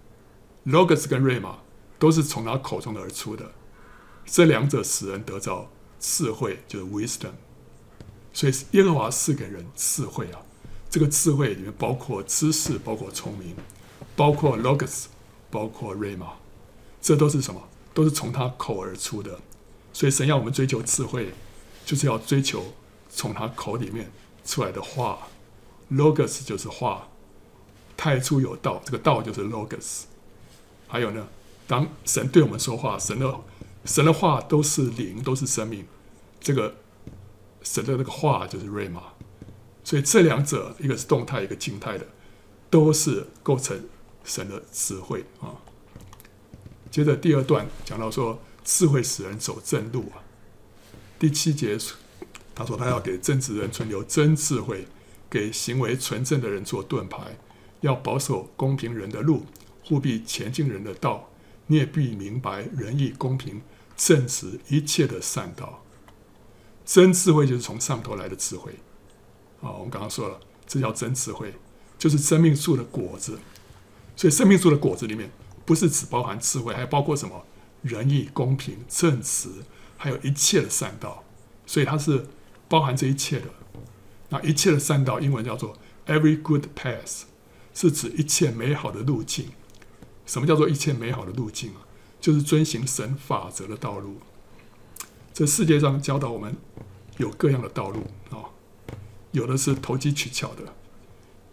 logos 跟 rhema 都是从他口中而出的，这两者使人得到智慧，就是 wisdom。所以耶和华赐给人智慧啊，这个智慧里面包括知识，包括聪明，包括 logos， 包括 rhema， 这都是什么？都是从他口而出的。所以神要我们追求智慧，就是要追求从他口里面出来的话。logos 就是话，太初有道，这个道就是 logos。还有呢，当神对我们说话，神的神的话都是灵，都是生命，这个神的那个话就是 rhema。所以这两者，一个是动态，一个静态的，都是构成神的智慧啊。接着第二段讲到说，智慧使人走正路啊。第七节他说，他要给正直人存留真智慧，给行为纯正的人做盾牌，要保守公平人的路，护庇前进人的道。你也必明白仁义、公平、正直一切的善道。真智慧就是从上头来的智慧啊！我们刚刚说了，这叫真智慧，就是生命树的果子。所以生命树的果子里面，不是只包含智慧，还包括什么？仁义、公平、正直，还有一切的善道。所以它是包含这一切的。那一切的善道，英文叫做 every good path， 是指一切美好的路径。什么叫做一切美好的路径啊？就是遵行神法则的道路。这世界上教导我们有各样的道路啊、哦，有的是投机取巧的，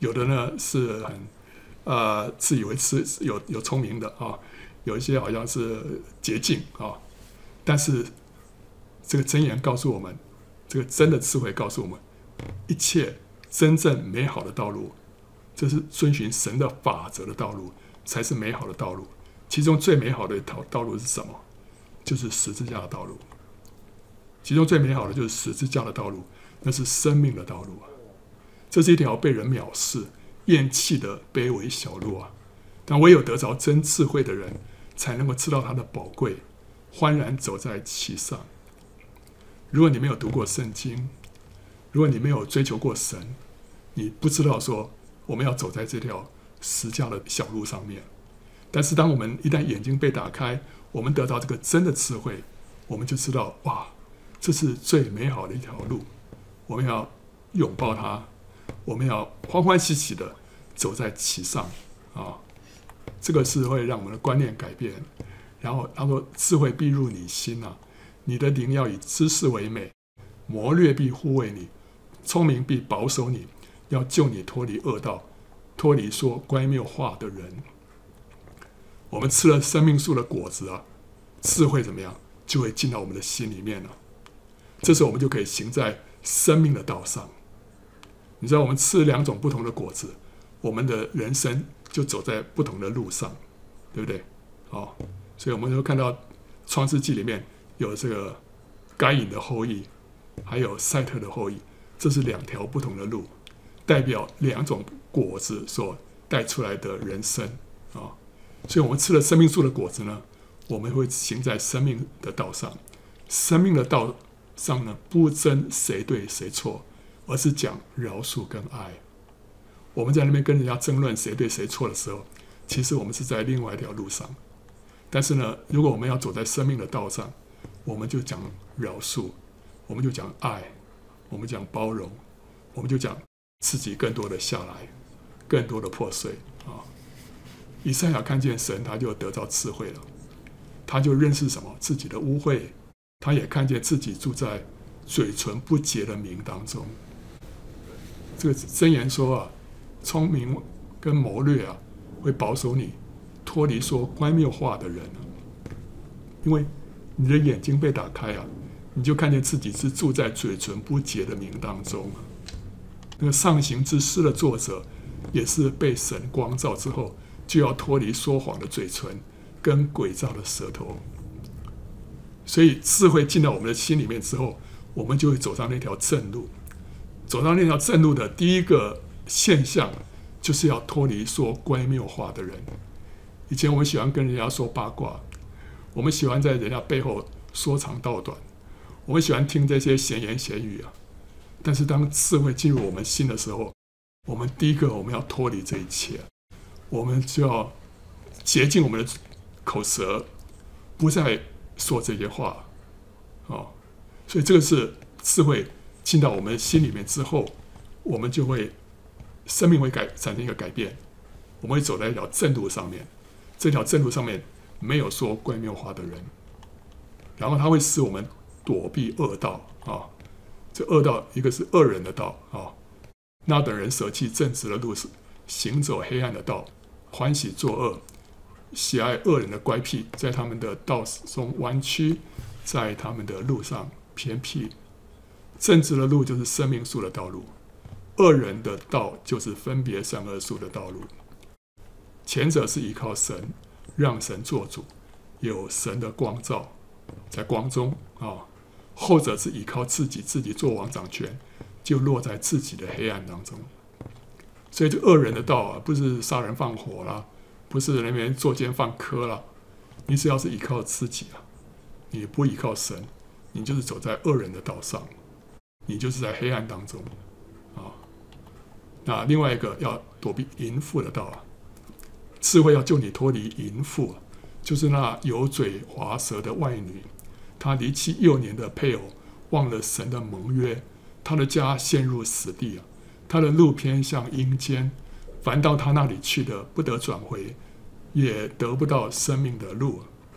有的呢是很呃自以为是有有聪明的啊，有一些好像是捷径啊，但是这个箴言告诉我们，这个真的智慧告诉我们，一切真正美好的道路，这是遵循神的法则的道路，才是美好的道路。其中最美好的道道路是什么？就是十字架的道路。其中最美好的就是十字架的道路，那是生命的道路啊！这是一条被人藐视、厌弃的卑微小路啊！但唯有得着真智慧的人，才能够知道它的宝贵，欢然走在其上。如果你没有读过圣经，如果你没有追求过神，你不知道说我们要走在这条十字架的小路上面。但是当我们一旦眼睛被打开，我们得到这个真的智慧，我们就知道，哇，这是最美好的一条路，我们要拥抱它，我们要欢欢喜喜的走在其上啊！这个是会让我们的观念改变。然后他说：“智慧必入你心啊，你的灵要以知识为美，谋略必护卫你，聪明必保守你，要救你脱离恶道，脱离说乖谬话的人。”我们吃了生命树的果子啊，智慧怎么样，就会进到我们的心里面了。这时候我们就可以行在生命的道上。你知道，我们吃两种不同的果子，我们的人生就走在不同的路上，对不对？好，所以我们就看到创世纪里面有这个该隐的后裔，还有赛特的后裔，这是两条不同的路，代表两种果子所带出来的人生啊。所以我们吃了生命树的果子呢，我们会行在生命的道上。生命的道上呢，不争谁对谁错，而是讲饶恕跟爱。我们在那边跟人家争论谁对谁错的时候，其实我们是在另外一条路上。但是呢，如果我们要走在生命的道上，我们就讲饶恕，我们就讲爱，我们讲包容，我们就讲自己更多的下来，更多的破碎啊。以赛亚看见神，他就得到智慧了，他就认识什么自己的污秽，他也看见自己住在嘴唇不洁的民当中。这个箴言说啊，聪明跟谋略啊，会保守你脱离说乖谬话的人啊，因为你的眼睛被打开啊，你就看见自己是住在嘴唇不洁的民当中啊。那个上行之诗的作者，也是被神光照之后，就要脱离说谎的嘴唇跟诡诈的舌头。所以智慧进到我们的心里面之后，我们就会走上那条正路。走上那条正路的第一个现象，就是要脱离说乖谬话的人。以前我们喜欢跟人家说八卦，我们喜欢在人家背后说长道短，我们喜欢听这些闲言闲语啊。但是当智慧进入我们心的时候，我们第一个我们要脱离这一切，我们就要洁净我们的口舌，不再说这些话哦。所以这个是智慧进到我们心里面之后，我们就会生命会改产生一个改变，我们会走在一条正路上面。这条正路上面没有说乖谬话的人，然后他会使我们躲避恶道啊。这恶道一个是恶人的道啊，那等人舍弃正直的路，行走黑暗的道，欢喜作恶，喜爱恶人的乖僻，在他们的道中弯曲，在他们的路上偏僻。正直的路就是生命树的道路，恶人的道就是分别善恶树的道路。前者是依靠神，让神做主，有神的光照，在光中啊；后者是依靠自己，自己做王掌权，就落在自己的黑暗当中。所以这恶人的道啊，不是杀人放火啦，不是那边作奸犯科啦，你只要是依靠自己啊，你不依靠神，你就是走在恶人的道上，你就是在黑暗当中啊。那另外一个要躲避淫妇的道啊，智慧要救你脱离淫妇，就是那油嘴滑舌的外女，她离弃幼年的配偶，忘了神的盟约，她的家陷入死地啊，她的路偏向阴间，凡到她那里去的不得转回，也得不到生命的路。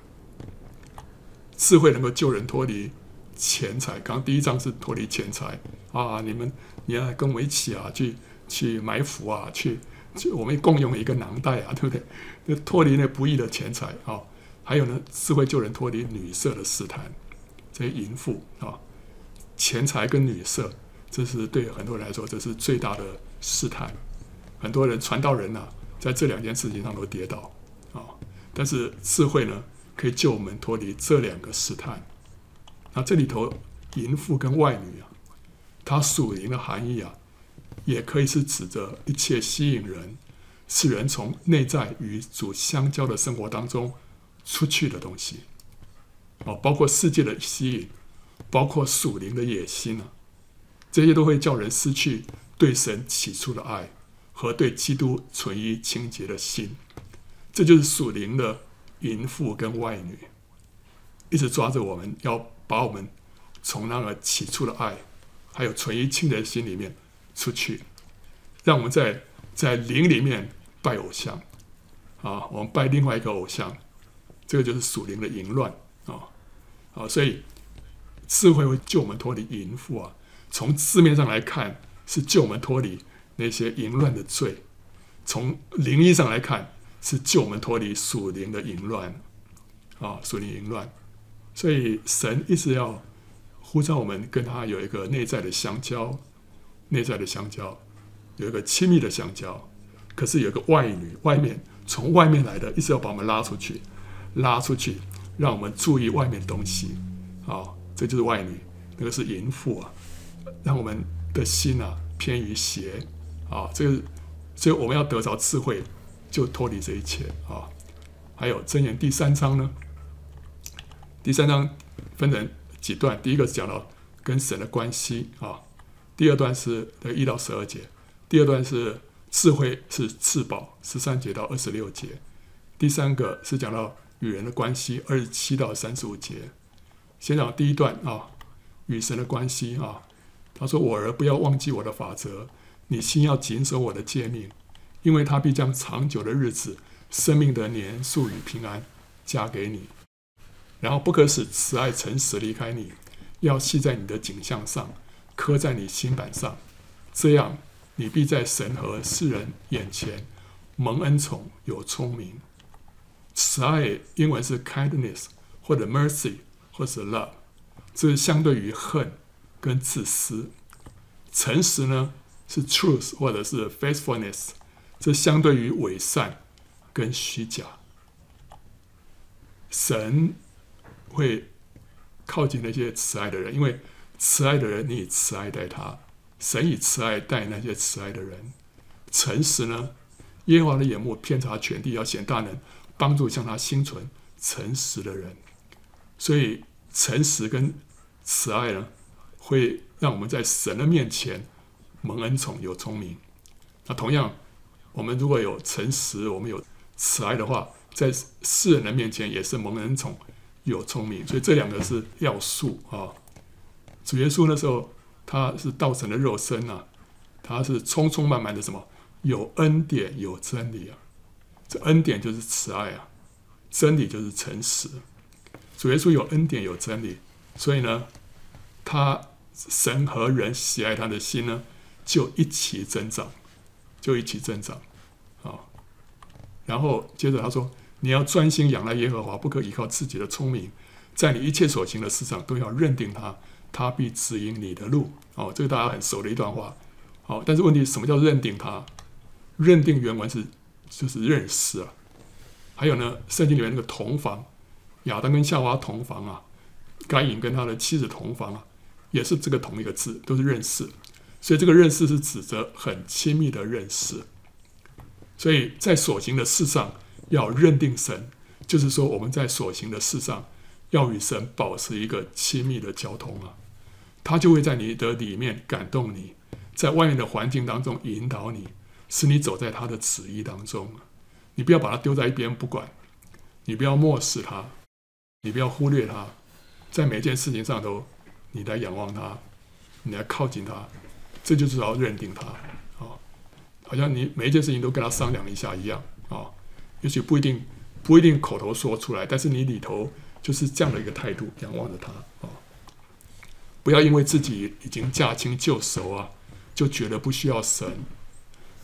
智慧能够救人脱离钱财，刚刚第一章是脱离钱财啊，你们你要跟我一起啊，去去埋伏啊，去去我们共用一个囊袋啊，对不对？脱离那不义的钱财啊，还有呢，智慧救人脱离女色的试探，这些淫妇啊，钱财跟女色，这是对很多人来说，这是最大的试探。很多人传道人啊，在这两件事情上都跌倒啊，但是智慧呢，可以救我们脱离这两个试探。那这里头淫妇跟外女啊，它属灵的含义啊，也可以是指着一切吸引人，使人从内在与主相交的生活当中出去的东西，哦，包括世界的吸引，包括属灵的野心啊，这些都会叫人失去对神起初的爱和对基督纯一清洁的心。这就是属灵的淫妇跟外女，一直抓着我们，要把我们从那个起初的爱还有纯一清洁的心里面出去，让我们在在灵里面拜偶像啊，我们拜另外一个偶像，这个就是属灵的淫乱啊啊！所以智慧会救我们脱离淫妇啊。从字面上来看，是救我们脱离那些淫乱的罪；从灵意上来看，是救我们脱离属灵的淫乱啊，属灵淫乱。所以神一直要呼召我们跟他有一个内在的相交，内在的相交，有一个亲密的相交。可是有一个外女，外面从外面来的，一直要把我们拉出去，拉出去，让我们注意外面的东西啊，这就是外女，那个是淫妇啊，让我们的心啊偏于邪啊，这个，所以我们要得着智慧，就脱离这一切啊。还有箴言第三章呢，第三章分成几段，第一个是讲到跟神的关系啊，第二段是一到十二节，第二段是智慧是至宝，十三节到二十六节，第三个是讲到与人的关系，二十七到三十五节。先讲第一段啊，与神的关系啊，他说：“我儿，不要忘记我的法则，你心要谨守我的诫命，因为他必将长久的日子、生命的年数与平安加给你。然后不可使慈爱诚实离开你，要系在你的颈项上，刻在你心板上，这样你必在神和世人眼前蒙恩宠，有聪明。”慈爱英文是 kindness 或者 mercy 或者 love， 这是相对于恨跟自私。诚实呢是 truth 或者是 faithfulness， 这相对于伪善跟虚假。神会靠近那些慈爱的人，因为慈爱的人你以慈爱待他，神以慈爱待那些慈爱的人。诚实呢，耶和华的眼目遍察全地，要显大能，帮助向他心存诚实的人。所以诚实跟慈爱呢，会让我们在神的面前蒙恩宠，有聪明。那同样，我们如果有诚实，我们有慈爱的话，在世人的面前也是蒙恩宠，有聪明。所以这两个是要素啊。主耶稣那时候他是道成的肉身啊，他是充充满满的什么？有恩典，有真理啊。这恩典就是慈爱啊，真理就是诚实。主耶稣有恩典，有真理，所以呢，他神和人喜爱他的心呢，就一起增长，就一起增长啊。然后接着他说：“你要专心仰赖耶和华，不可依靠自己的聪明，在你一切所行的事上都要认定他，他必指引你的路。”哦，这个大家很熟的一段话。好，但是问题什么叫认定他？认定原文是就是认识啊。还有呢，圣经里面那个同房，亚当跟夏娃同房啊，该隐跟他的妻子同房啊，也是这个同一个字，都是认识。所以这个认识是指着很亲密的认识。所以在所行的事上要认定神，就是说我们在所行的事上要与神保持一个亲密的交通啊，他就会在你的里面感动你，在外面的环境当中引导你，使你走在他的旨意当中。你不要把它丢在一边不管，你不要漠视他，你不要忽略他，在每件事情上都你来仰望他，你来靠近他，这就是要认定他啊，好像你每一件事情都跟他商量一下一样啊。也许不一定不一定口头说出来，但是你里头就是这样的一个态度，仰望着他啊。不要因为自己已经驾轻就熟啊，就觉得不需要神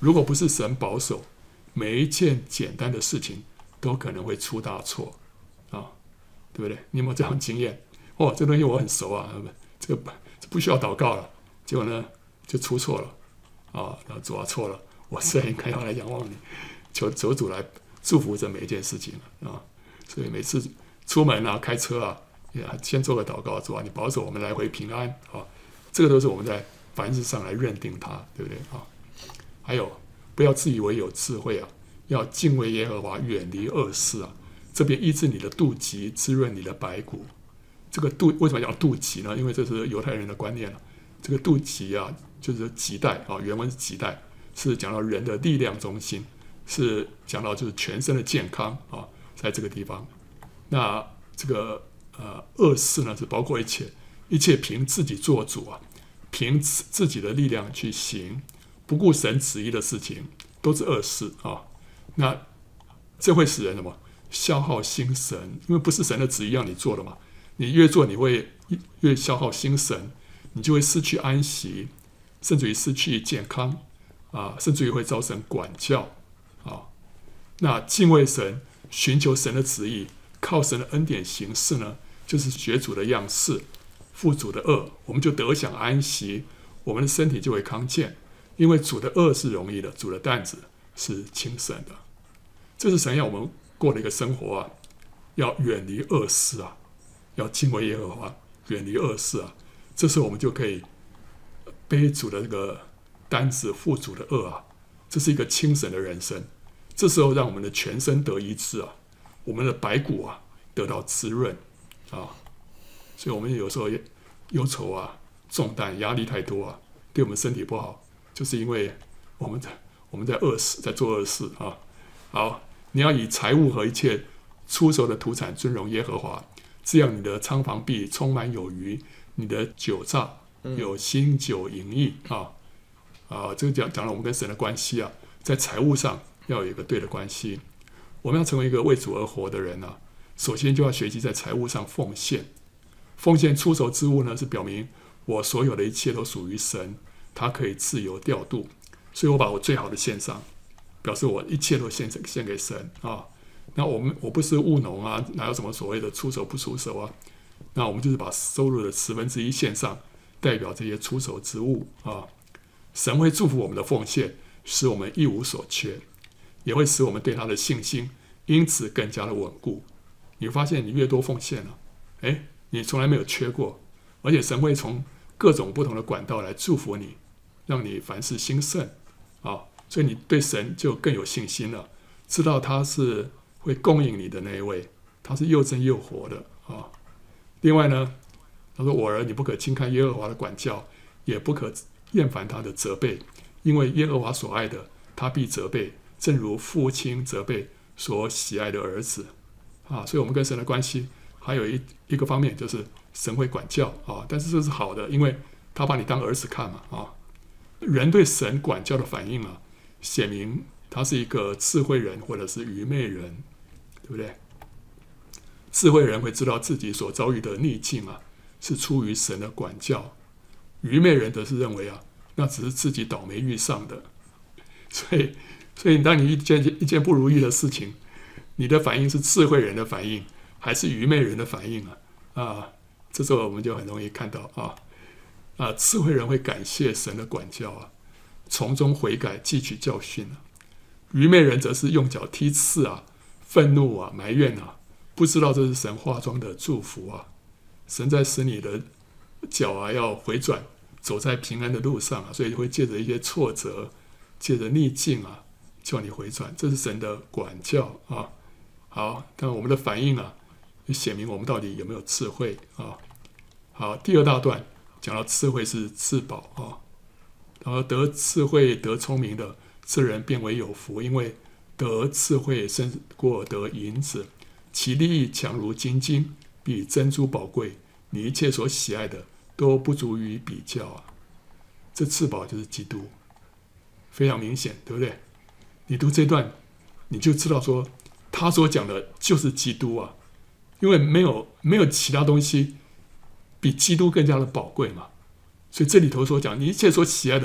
如果不是神保守，每一件简单的事情都可能会出大错啊，对不对？你有没有这样的经验？哦，这东西我很熟啊，这个不需要祷告了，结果呢就出错了啊，然后主啊错了，我是应该要来仰望你，求求主来祝福这每一件事情啊。所以每次出门啊，开车啊，先做个祷告，主啊，你保守我们来回平安啊。这个都是我们在凡事上来认定它，对不对啊？还有，不要自以为有智慧啊，要敬畏耶和华，远离恶事啊。这边医治你的肚脐，滋润你的白骨。这个肚为什么叫肚脐呢？因为这是犹太人的观念了。这个肚脐啊，就是脐带啊，原文是脐带，是讲到人的力量中心，是讲到就是全身的健康啊，在这个地方。那这个呃恶事呢，是包括一切，一切凭自己做主啊，凭自己的力量去行，不顾神旨意的事情，都是恶事啊。那这会使人什么？消耗心神，因为不是神的旨意让你做的嘛。你越做，你会越消耗心神，你就会失去安息，甚至于失去健康啊，甚至于会造成管教啊。那敬畏神，寻求神的旨意，靠神的恩典行事呢，就是学主的样式，负主的恶，我们就得享安息，我们的身体就会康健，因为主的恶是容易的，主的担子是轻省的。这是神要我们过的一个生活啊，要远离恶事啊，要敬畏耶和华，远离恶事啊。这时候我们就可以背主的这个担子，负主的恶啊，这是一个轻省的人生。这时候让我们的全身得医治啊，我们的白骨啊得到滋润啊。所以我们有时候忧愁啊、重担、压力太多啊，对我们身体不好，就是因为我们在我们在恶事，在做恶事啊。好，你要以财物和一切出手的土产尊荣耶和华，这样你的仓房必充满有余，你的酒榨有新酒盈溢啊啊！这个讲讲了我们跟神的关系啊，在财务上要有一个对的关系。我们要成为一个为主而活的人啊，首先就要学习在财务上奉献。奉献出手之物呢，是表明我所有的一切都属于神，他可以自由调度，所以我把我最好的献上，表示我一切都献献给神啊。那我们我不是务农啊，哪有什么所谓的出手不出手啊？那我们就是把收入的十分之一献上，代表这些出手之物啊。神会祝福我们的奉献，使我们一无所缺，也会使我们对他的信心因此更加的稳固。你会发现，你越多奉献了，哎，你从来没有缺过，而且神会从各种不同的管道来祝福你，让你凡事兴盛啊。所以你对神就更有信心了，知道他是会供应你的那一位，他是又真又活的啊。另外呢，他说：“我儿，你不可轻看耶和华的管教，也不可厌烦他的责备，因为耶和华所爱的，他必责备，正如父亲责备所喜爱的儿子。”啊，所以我们跟神的关系还有一一个方面就是神会管教啊，但是这是好的，因为他把你当儿子看嘛啊。人对神管教的反应啊，显明他是一个智慧人或者是愚昧人，对不对？智慧人会知道自己所遭遇的逆境啊，是出于神的管教；愚昧人则是认为啊，那只是自己倒霉遇上的。所以，所以当你一件一件不如意的事情，你的反应是智慧人的反应，还是愚昧人的反应啊？啊，这时候我们就很容易看到啊啊，智慧人会感谢神的管教啊，从中悔改，汲取教训啊；愚昧人则是用脚踢刺啊，愤怒啊，埋怨啊。不知道这是神化妆的祝福啊！神在使你的脚啊要回转，走在平安的路上啊，所以会借着一些挫折，借着逆境啊，叫你回转。这是神的管教啊！好，但我们的反应啊，也显明我们到底有没有智慧啊？好，第二大段讲到智慧是至宝啊，然后得智慧得聪明的，这人变为有福，因为得智慧胜过得银子。其利益强如金金，比珍珠宝贵。你一切所喜爱的，都不足以比较啊！这至宝就是基督，非常明显，对不对？你读这段，你就知道说，他所讲的就是基督啊，因为没有没有其他东西比基督更加的宝贵嘛。所以这里头所讲，你一切所喜爱的，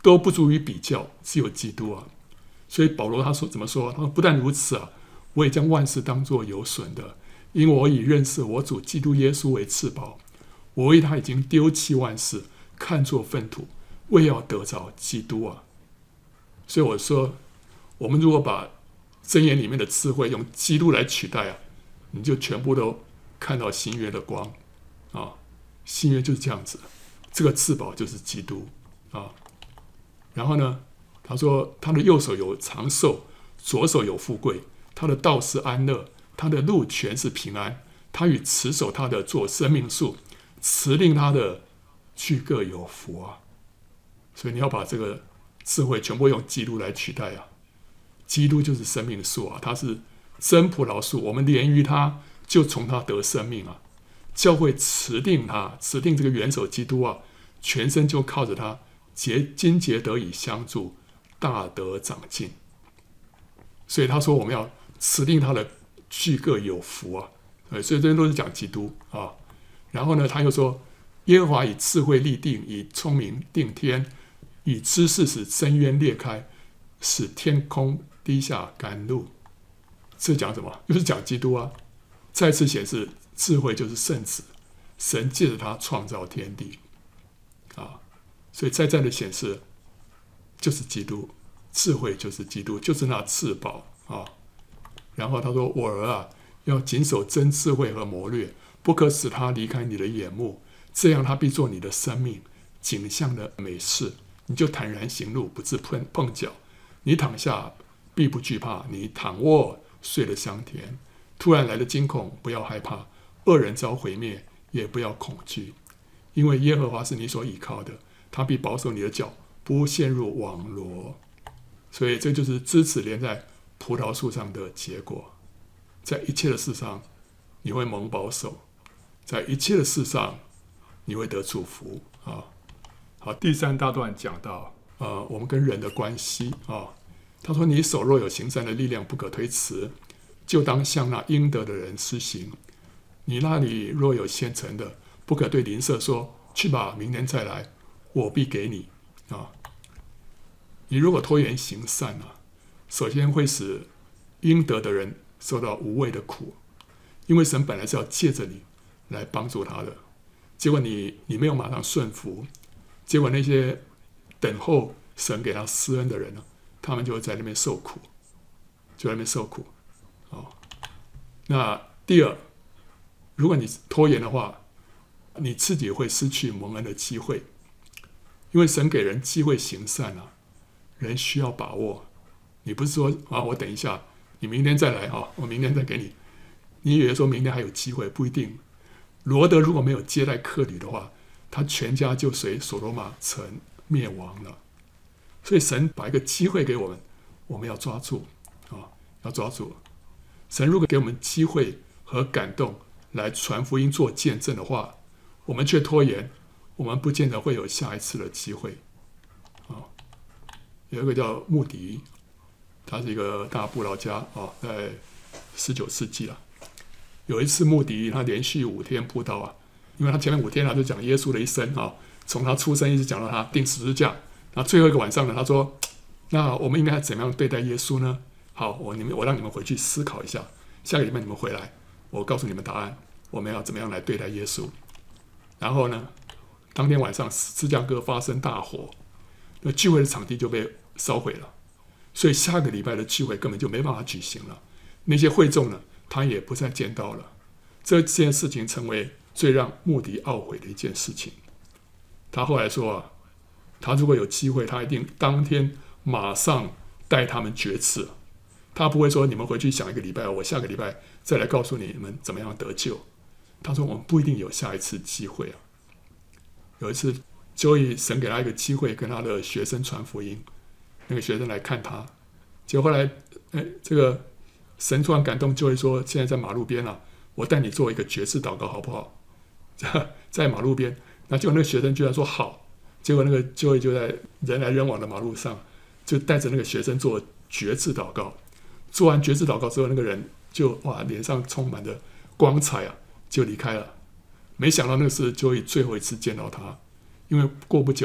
都不足以比较，只有基督啊。所以保罗他说怎么说？他说不但如此啊，我也将万事当作有损的，因我以认识我主基督耶稣为至宝。我为他已经丢弃万事，看作粪土，为要得着基督啊。所以我说，我们如果把箴言里面的智慧用基督来取代啊，你就全部都看到新约的光啊。新约就是这样子，这个至宝就是基督啊。然后呢，他说他的右手有长寿，左手有富贵，他的道是安乐，他的路全是平安。他与持守他的做生命树，持令他的俱各有福啊。所以你要把这个智慧全部用基督来取代啊。基督就是生命树啊，他是真葡萄树，我们连于他，就从他得生命啊。教会持定他，持定这个元首基督啊，全身就靠着他，结筋节得以相助，大得长进。所以他说我们要持定他的俱各有福啊。所以这些都是讲基督啊。然后呢，他又说耶和华以智慧立定，以聪明定天，以知识使深渊裂开，使天空滴下甘露。这讲什么？又是讲基督啊。再次显示智慧就是圣子，神借着他创造天地啊。所以再再的显示就是基督，智慧就是基督，就是那至宝啊。然后他说我儿啊，要谨守真智慧和谋略，不可使他离开你的眼目，这样他必做你的生命景象的美事。你就坦然行路，不致碰碰脚。你躺下必不惧怕，你躺卧睡得香甜。突然来的惊恐不要害怕，恶人遭毁灭也不要恐惧，因为耶和华是你所倚靠的，他必保守你的脚不陷入网罗。所以这就是枝子连在葡萄树上的结果。在一切的事上你会蒙保守，在一切的事上你会得祝福啊。好，第三大段讲到呃，我们跟人的关系啊。他说你手若有行善的力量不可推辞，就当向那应得的人施行。你那里若有现成的，不可对邻舍说去吧，明年再来，我必给你啊。你如果拖延行善啊，首先会使应得的人受到无谓的苦，因为神本来是要借着你来帮助他的，结果你你没有马上顺服，结果那些等候神给他施恩的人呢，他们就会在那边受苦，就在那边受苦。哦，那第二，如果你拖延的话，你自己会失去蒙恩的机会，因为神给人机会行善啊，人需要把握。你不是说啊，我等一下，你明天再来啊，我明天再给你。你以为说明天还有机会，不一定。罗德如果没有接待客旅的话，他全家就随所罗马城灭亡了。所以神把一个机会给我们，我们要抓住啊，要抓住。神如果给我们机会和感动来传福音做见证的话，我们却拖延，我们不见得会有下一次的机会啊。有一个叫穆迪，他是一个大布道家啊，在十九世纪了。有一次穆迪他连续五天布道啊，因为他前面五天他就讲耶稣的一生啊，从他出生一直讲到他钉十字架。那最后一个晚上呢，他说：“那我们应该怎么样对待耶稣呢？”好，我你们我让你们回去思考一下，下个礼拜你们回来，我告诉你们答案，我们要怎么样来对待耶稣。然后呢，当天晚上芝加哥发生大火，那聚会的场地就被烧毁了，所以下个礼拜的聚会根本就没办法举行了。那些会众呢，他也不再见到了。这件事情成为最让穆迪懊悔的一件事情。他后来说啊，他如果有机会，他一定当天马上带他们决志。他不会说你们回去想一个礼拜，我下个礼拜再来告诉你们怎么样得救。他说我们不一定有下一次机会啊。有一次Joey神给他一个机会跟他的学生传福音，那个学生来看他，结果后来哎，这个神突然感动Joey说，现在在马路边啊，我带你做一个决志祷告好不好？在马路边，那结果那个学生居然说好，结果那个Joey就在人来人往的马路上，就带着那个学生做决志祷告。做完决志祷告之后，那个人就哇脸上充满着光彩啊，就离开了。没想到那个是Joey最后一次见到他，因为过不久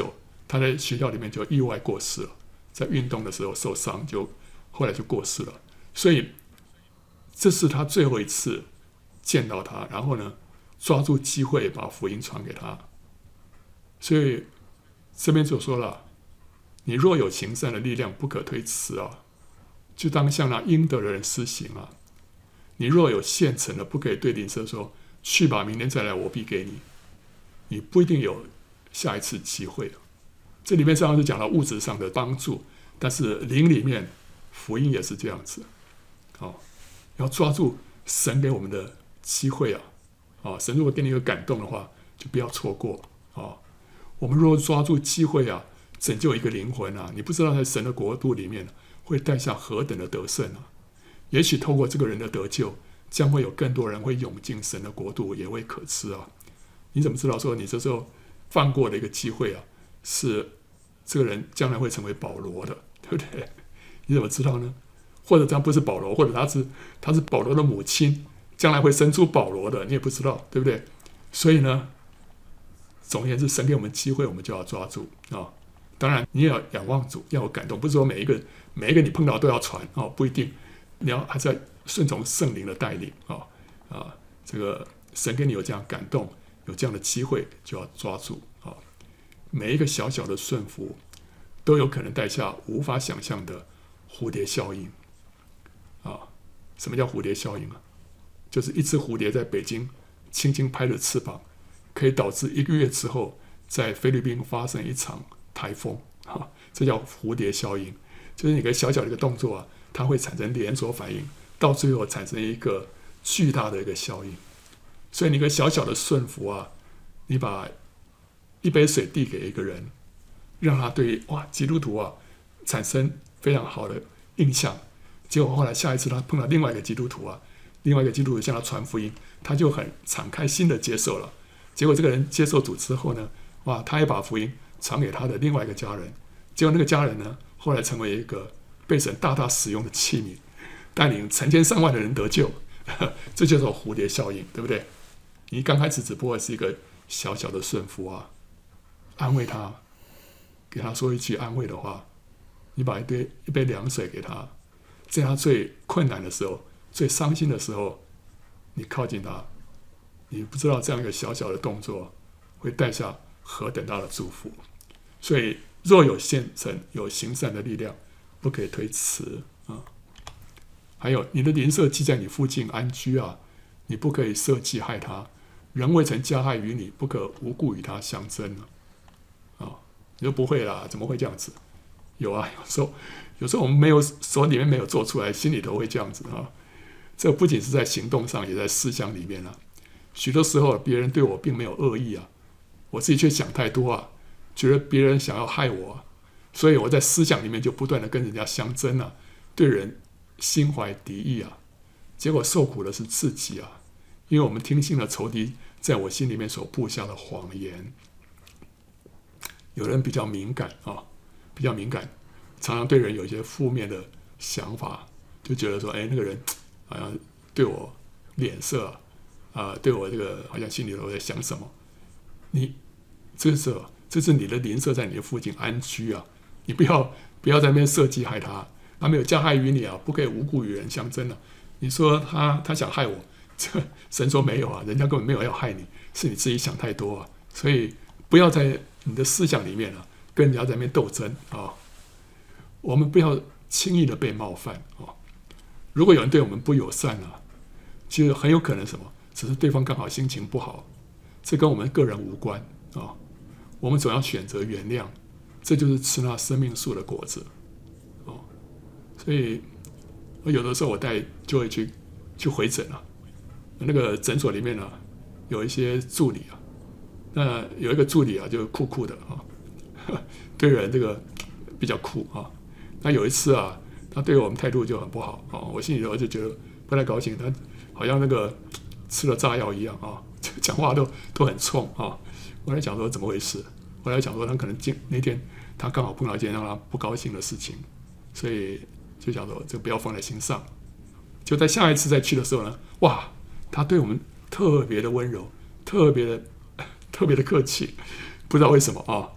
他在学校里面就意外过世了，在运动的时候受伤，就后来就过世了。所以这是他最后一次见到他，然后呢，抓住机会把福音传给他。所以这边就说了，你若有行善的力量，不可推辞啊，就当向那应得的人施行啊。你若有现成的，不可以对邻舍说，去吧，明天再来，我必给你。你不一定有下一次机会。这里面实际上是讲到物质上的帮助，但是灵里面福音也是这样子。哦，要抓住神给我们的机会啊！哦，神如果给你一个感动的话，就不要错过哦。我们若抓住机会啊，拯救一个灵魂啊，你不知道在神的国度里面会带下何等的得胜啊！也许透过这个人的得救，将会有更多人会涌进神的国度，也会可知啊！你怎么知道说你这时候放过的一个机会啊，是这个人将来会成为保罗的，对不对？你怎么知道呢？或者他不是保罗，或者他是他是保罗的母亲，将来会生出保罗的，你也不知道，对不对？所以呢，总而言之，神给我们机会，我们就要抓住啊、哦！当然，你也要仰望主，要有感动，不是说每一个每一个你碰到都要传哦，不一定。你要还是要顺从圣灵的带领啊啊！这个神给你有这样感动，有这样的机会，就要抓住啊！每一个小小的顺服，都有可能带下无法想象的蝴蝶效应啊！什么叫蝴蝶效应啊？就是一只蝴蝶在北京轻轻拍着翅膀，可以导致一个月之后在菲律宾发生一场台风啊！这叫蝴蝶效应，就是你个小小的一个动作啊，它会产生连锁反应，到最后产生一个巨大的一个效应。所以你一个小小的顺服啊，你把一杯水递给一个人，让他对哇基督徒啊产生非常好的印象。结果后来下一次他碰到另外一个基督徒啊，另外一个基督徒向他传福音，他就很敞开心的接受了。结果这个人接受主之后呢，哇，他也把福音传给他的另外一个家人。结果那个家人呢，后来成为一个被神大大使用的器皿，带领成千上万的人得救。这就是蝴蝶效应，对不对？你刚开始只不过是一个小小的顺服啊，安慰他，给他说一句安慰的话，你把一杯一杯凉水给他，在他最困难的时候、最伤心的时候，你靠近他，你不知道这样一个小小的动作会带下何等大的祝福。所以，若有现成、有行善的力量，不可以推辞啊。还有，你的邻舍既在你附近安居啊，你不可以设计害他。人未曾加害于你，不可无故与他相争啊！啊，你说不会啦，怎么会这样子？有啊，有时候有时候我们没有手里面没有做出来，心里头会这样子啊。这不仅是在行动上，也在思想里面啊。许多时候别人对我并没有恶意啊，我自己却想太多啊，觉得别人想要害我啊，所以我在思想里面就不断的跟人家相争啊，对人心怀敌意啊，结果受苦的是自己啊，因为我们听信了仇敌在我心里面所布下的谎言。有人比较敏感啊，比较敏感，常常对人有一些负面的想法，就觉得说，哎，那个人好像对我脸色啊，呃、对我这个好像心里头在想什么。你这是这是你的邻舍在你的附近安居啊，你不要不要在那边设计害他。他没有加害于你啊，不可以无故与人相争啊。你说他他想害我，这神说没有啊，人家根本没有要害你，是你自己想太多啊。所以不要在你的思想里面啊，跟人家在那边斗争啊。我们不要轻易的被冒犯啊。如果有人对我们不友善啊，其实很有可能什么，只是对方刚好心情不好，这跟我们个人无关啊。我们总要选择原谅，这就是吃那生命树的果子。所以，我有的时候我带就会去去回诊啊，那个诊所里面呢、啊、有一些助理啊，那有一个助理啊就酷酷的啊，对人这个比较酷啊。那有一次啊，他对我们态度就很不好啊，我心里头就觉得不太高兴，他好像那个吃了炸药一样啊，讲话都都很冲啊。我在想说怎么回事，我在想说他可能今那天他刚好碰到一件让他不高兴的事情，所以。就想说这个不要放在心上，就在下一次再去的时候呢，哇，他对我们特别的温柔，特别的特别的客气，不知道为什么啊。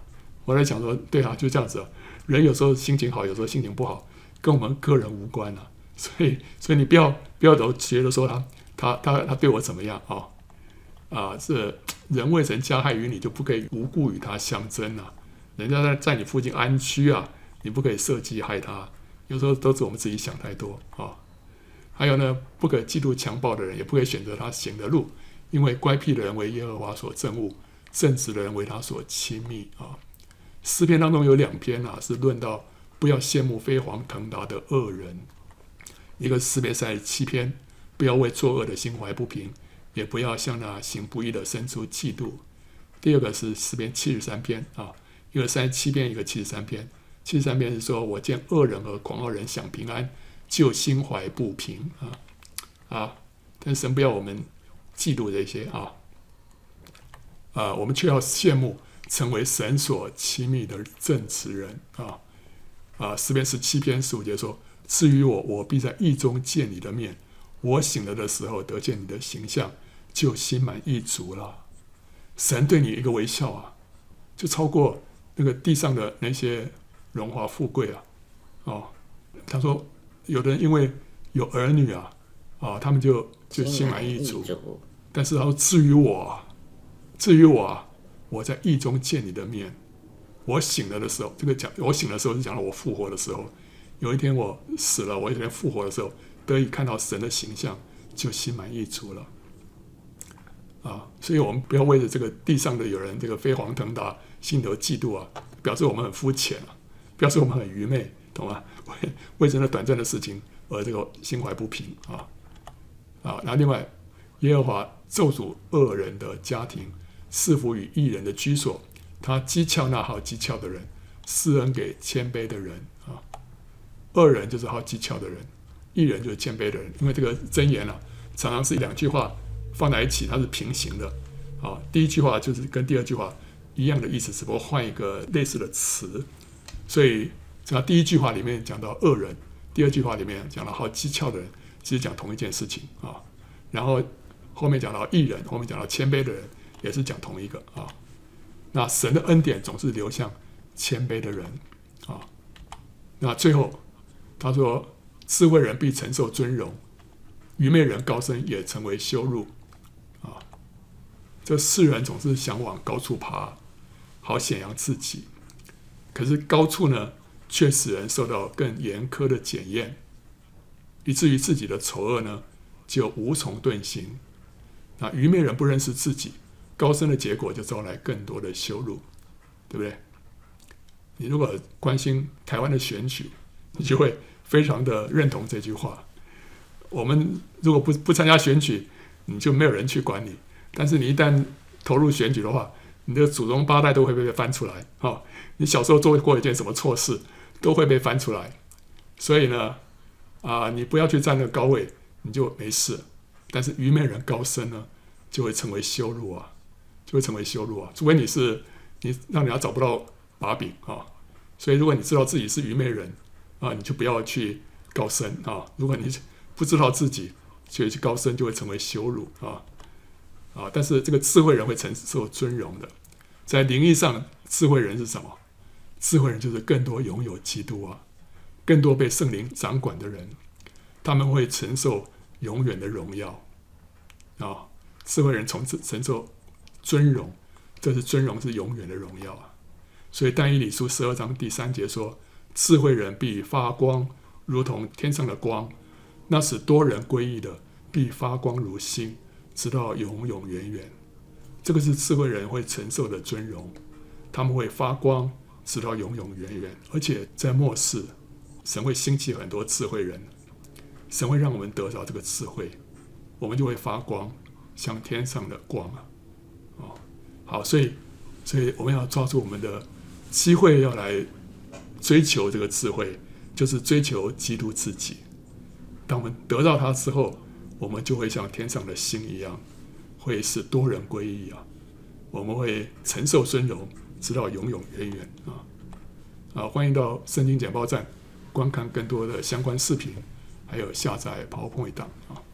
我在想说，对啊，就这样子啊。人有时候心情好，有时候心情不好，跟我们个人无关啊。所以，所以你不要不要都觉得说他他他他对我怎么样啊啊？这人未曾加害于你，就不可以无故与他相争啊。人家在在你附近安居啊，你不可以设计害他。有时候都是我们自己想太多啊。还有呢，不可嫉妒强暴的人，也不可以选择他行的路，因为乖僻的人为耶和华所憎恶，正直的人为他所亲密啊。诗篇当中有两篇啊，是论到不要羡慕飞黄腾达的恶人。一个诗篇三十七篇，不要为作恶的心怀不平，也不要向那行不义的生出嫉妒。第二个是诗篇七十三篇啊，一个三十七篇，一个七十三篇。七十三篇是说，我见恶人和狂傲人享平安，就心怀不平啊啊！但神不要我们嫉妒这些啊啊，我们却要羡慕成为神所亲密的正直人啊啊！诗篇十七篇十五节说：“至于我，我必在义中见你的面；我醒了的时候得见你的形象，就心满意足了。”神对你一个微笑啊，就超过那个地上的那些荣华富贵啊！哦，他说，有的人因为有儿女啊，啊，他们就就心满意足。但是他说，至于我啊，至于我啊，我在义中见你的面。我醒了的时候，这个讲我醒的时候是讲到我复活的时候。有一天我死了，我有一天复活的时候，得以看到神的形象，就心满意足了。啊，所以我们不要为了这个地上的有人这个飞黄腾达，心头嫉妒啊，表示我们很肤浅啊，表示我们很愚昧，懂吗？为为着那短暂的事情而这个心怀不平啊啊！那另外，耶和华咒诅恶人的家庭，赐福与义人的居所。他讥诮那好讥诮的人，施恩给谦卑的人啊。恶人就是好讥诮的人，义人就是谦卑的人。因为这个箴言啊，常常是两句话放在一起，它是平行的啊。第一句话就是跟第二句话一样的意思，只不过换一个类似的词。所以，只要第一句话里面讲到恶人，第二句话里面讲到好讥诮的人，其实讲同一件事情啊。然后后面讲到义人，后面讲到谦卑的人，也是讲同一个啊。那神的恩典总是流向谦卑的人啊。那最后他说，智慧人必承受尊荣，愚昧人高升也成为羞辱啊。这世人总是想往高处爬，好显扬自己，可是高处呢，却使人受到更严苛的检验，以至于自己的丑恶呢，就无从遁形。那愚昧人不认识自己，高升的结果就招来更多的羞辱，对不对？你如果关心台湾的选举，你就会非常的认同这句话。我们如果不不参加选举，你就没有人去管你；但是你一旦投入选举的话，你的祖宗八代都会被翻出来。哦，你小时候做过一件什么错事，都会被翻出来。所以呢，啊，你不要去占那个高位，你就没事。但是愚昧人高升呢，就会成为羞辱啊，就会成为羞辱啊。除非你是你让人家找不到把柄啊。所以如果你知道自己是愚昧人啊，你就不要去高升啊。如果你不知道自己所以去高升，就会成为羞辱啊啊！但是这个智慧人会承受尊荣的。在灵意上，智慧人是什么？智慧人就是更多拥有基督啊，更多被圣灵掌管的人，他们会承受永远的荣耀啊！智慧人从承受尊荣，这是尊荣，是永远的荣耀啊！所以但以理书十二章第三节说：“智慧人必发光，如同天上的光；那使多人归义的，必发光如星，直到永永远远。”这个是智慧人会承受的尊荣，他们会发光，直到永永远远。而且在末世，神会兴起很多智慧人，神会让我们得到这个智慧，我们就会发光，像天上的光啊！哦，好，所以，所以我们要抓住我们的机会，要来追求这个智慧，就是追求基督自己。当我们得到它之后，我们就会像天上的星一样，会使多人归义啊！我们会承受尊荣，直到永永远远啊！啊，欢迎到圣经简报站观看更多的相关视频，还有下载 PowerPoint 档啊。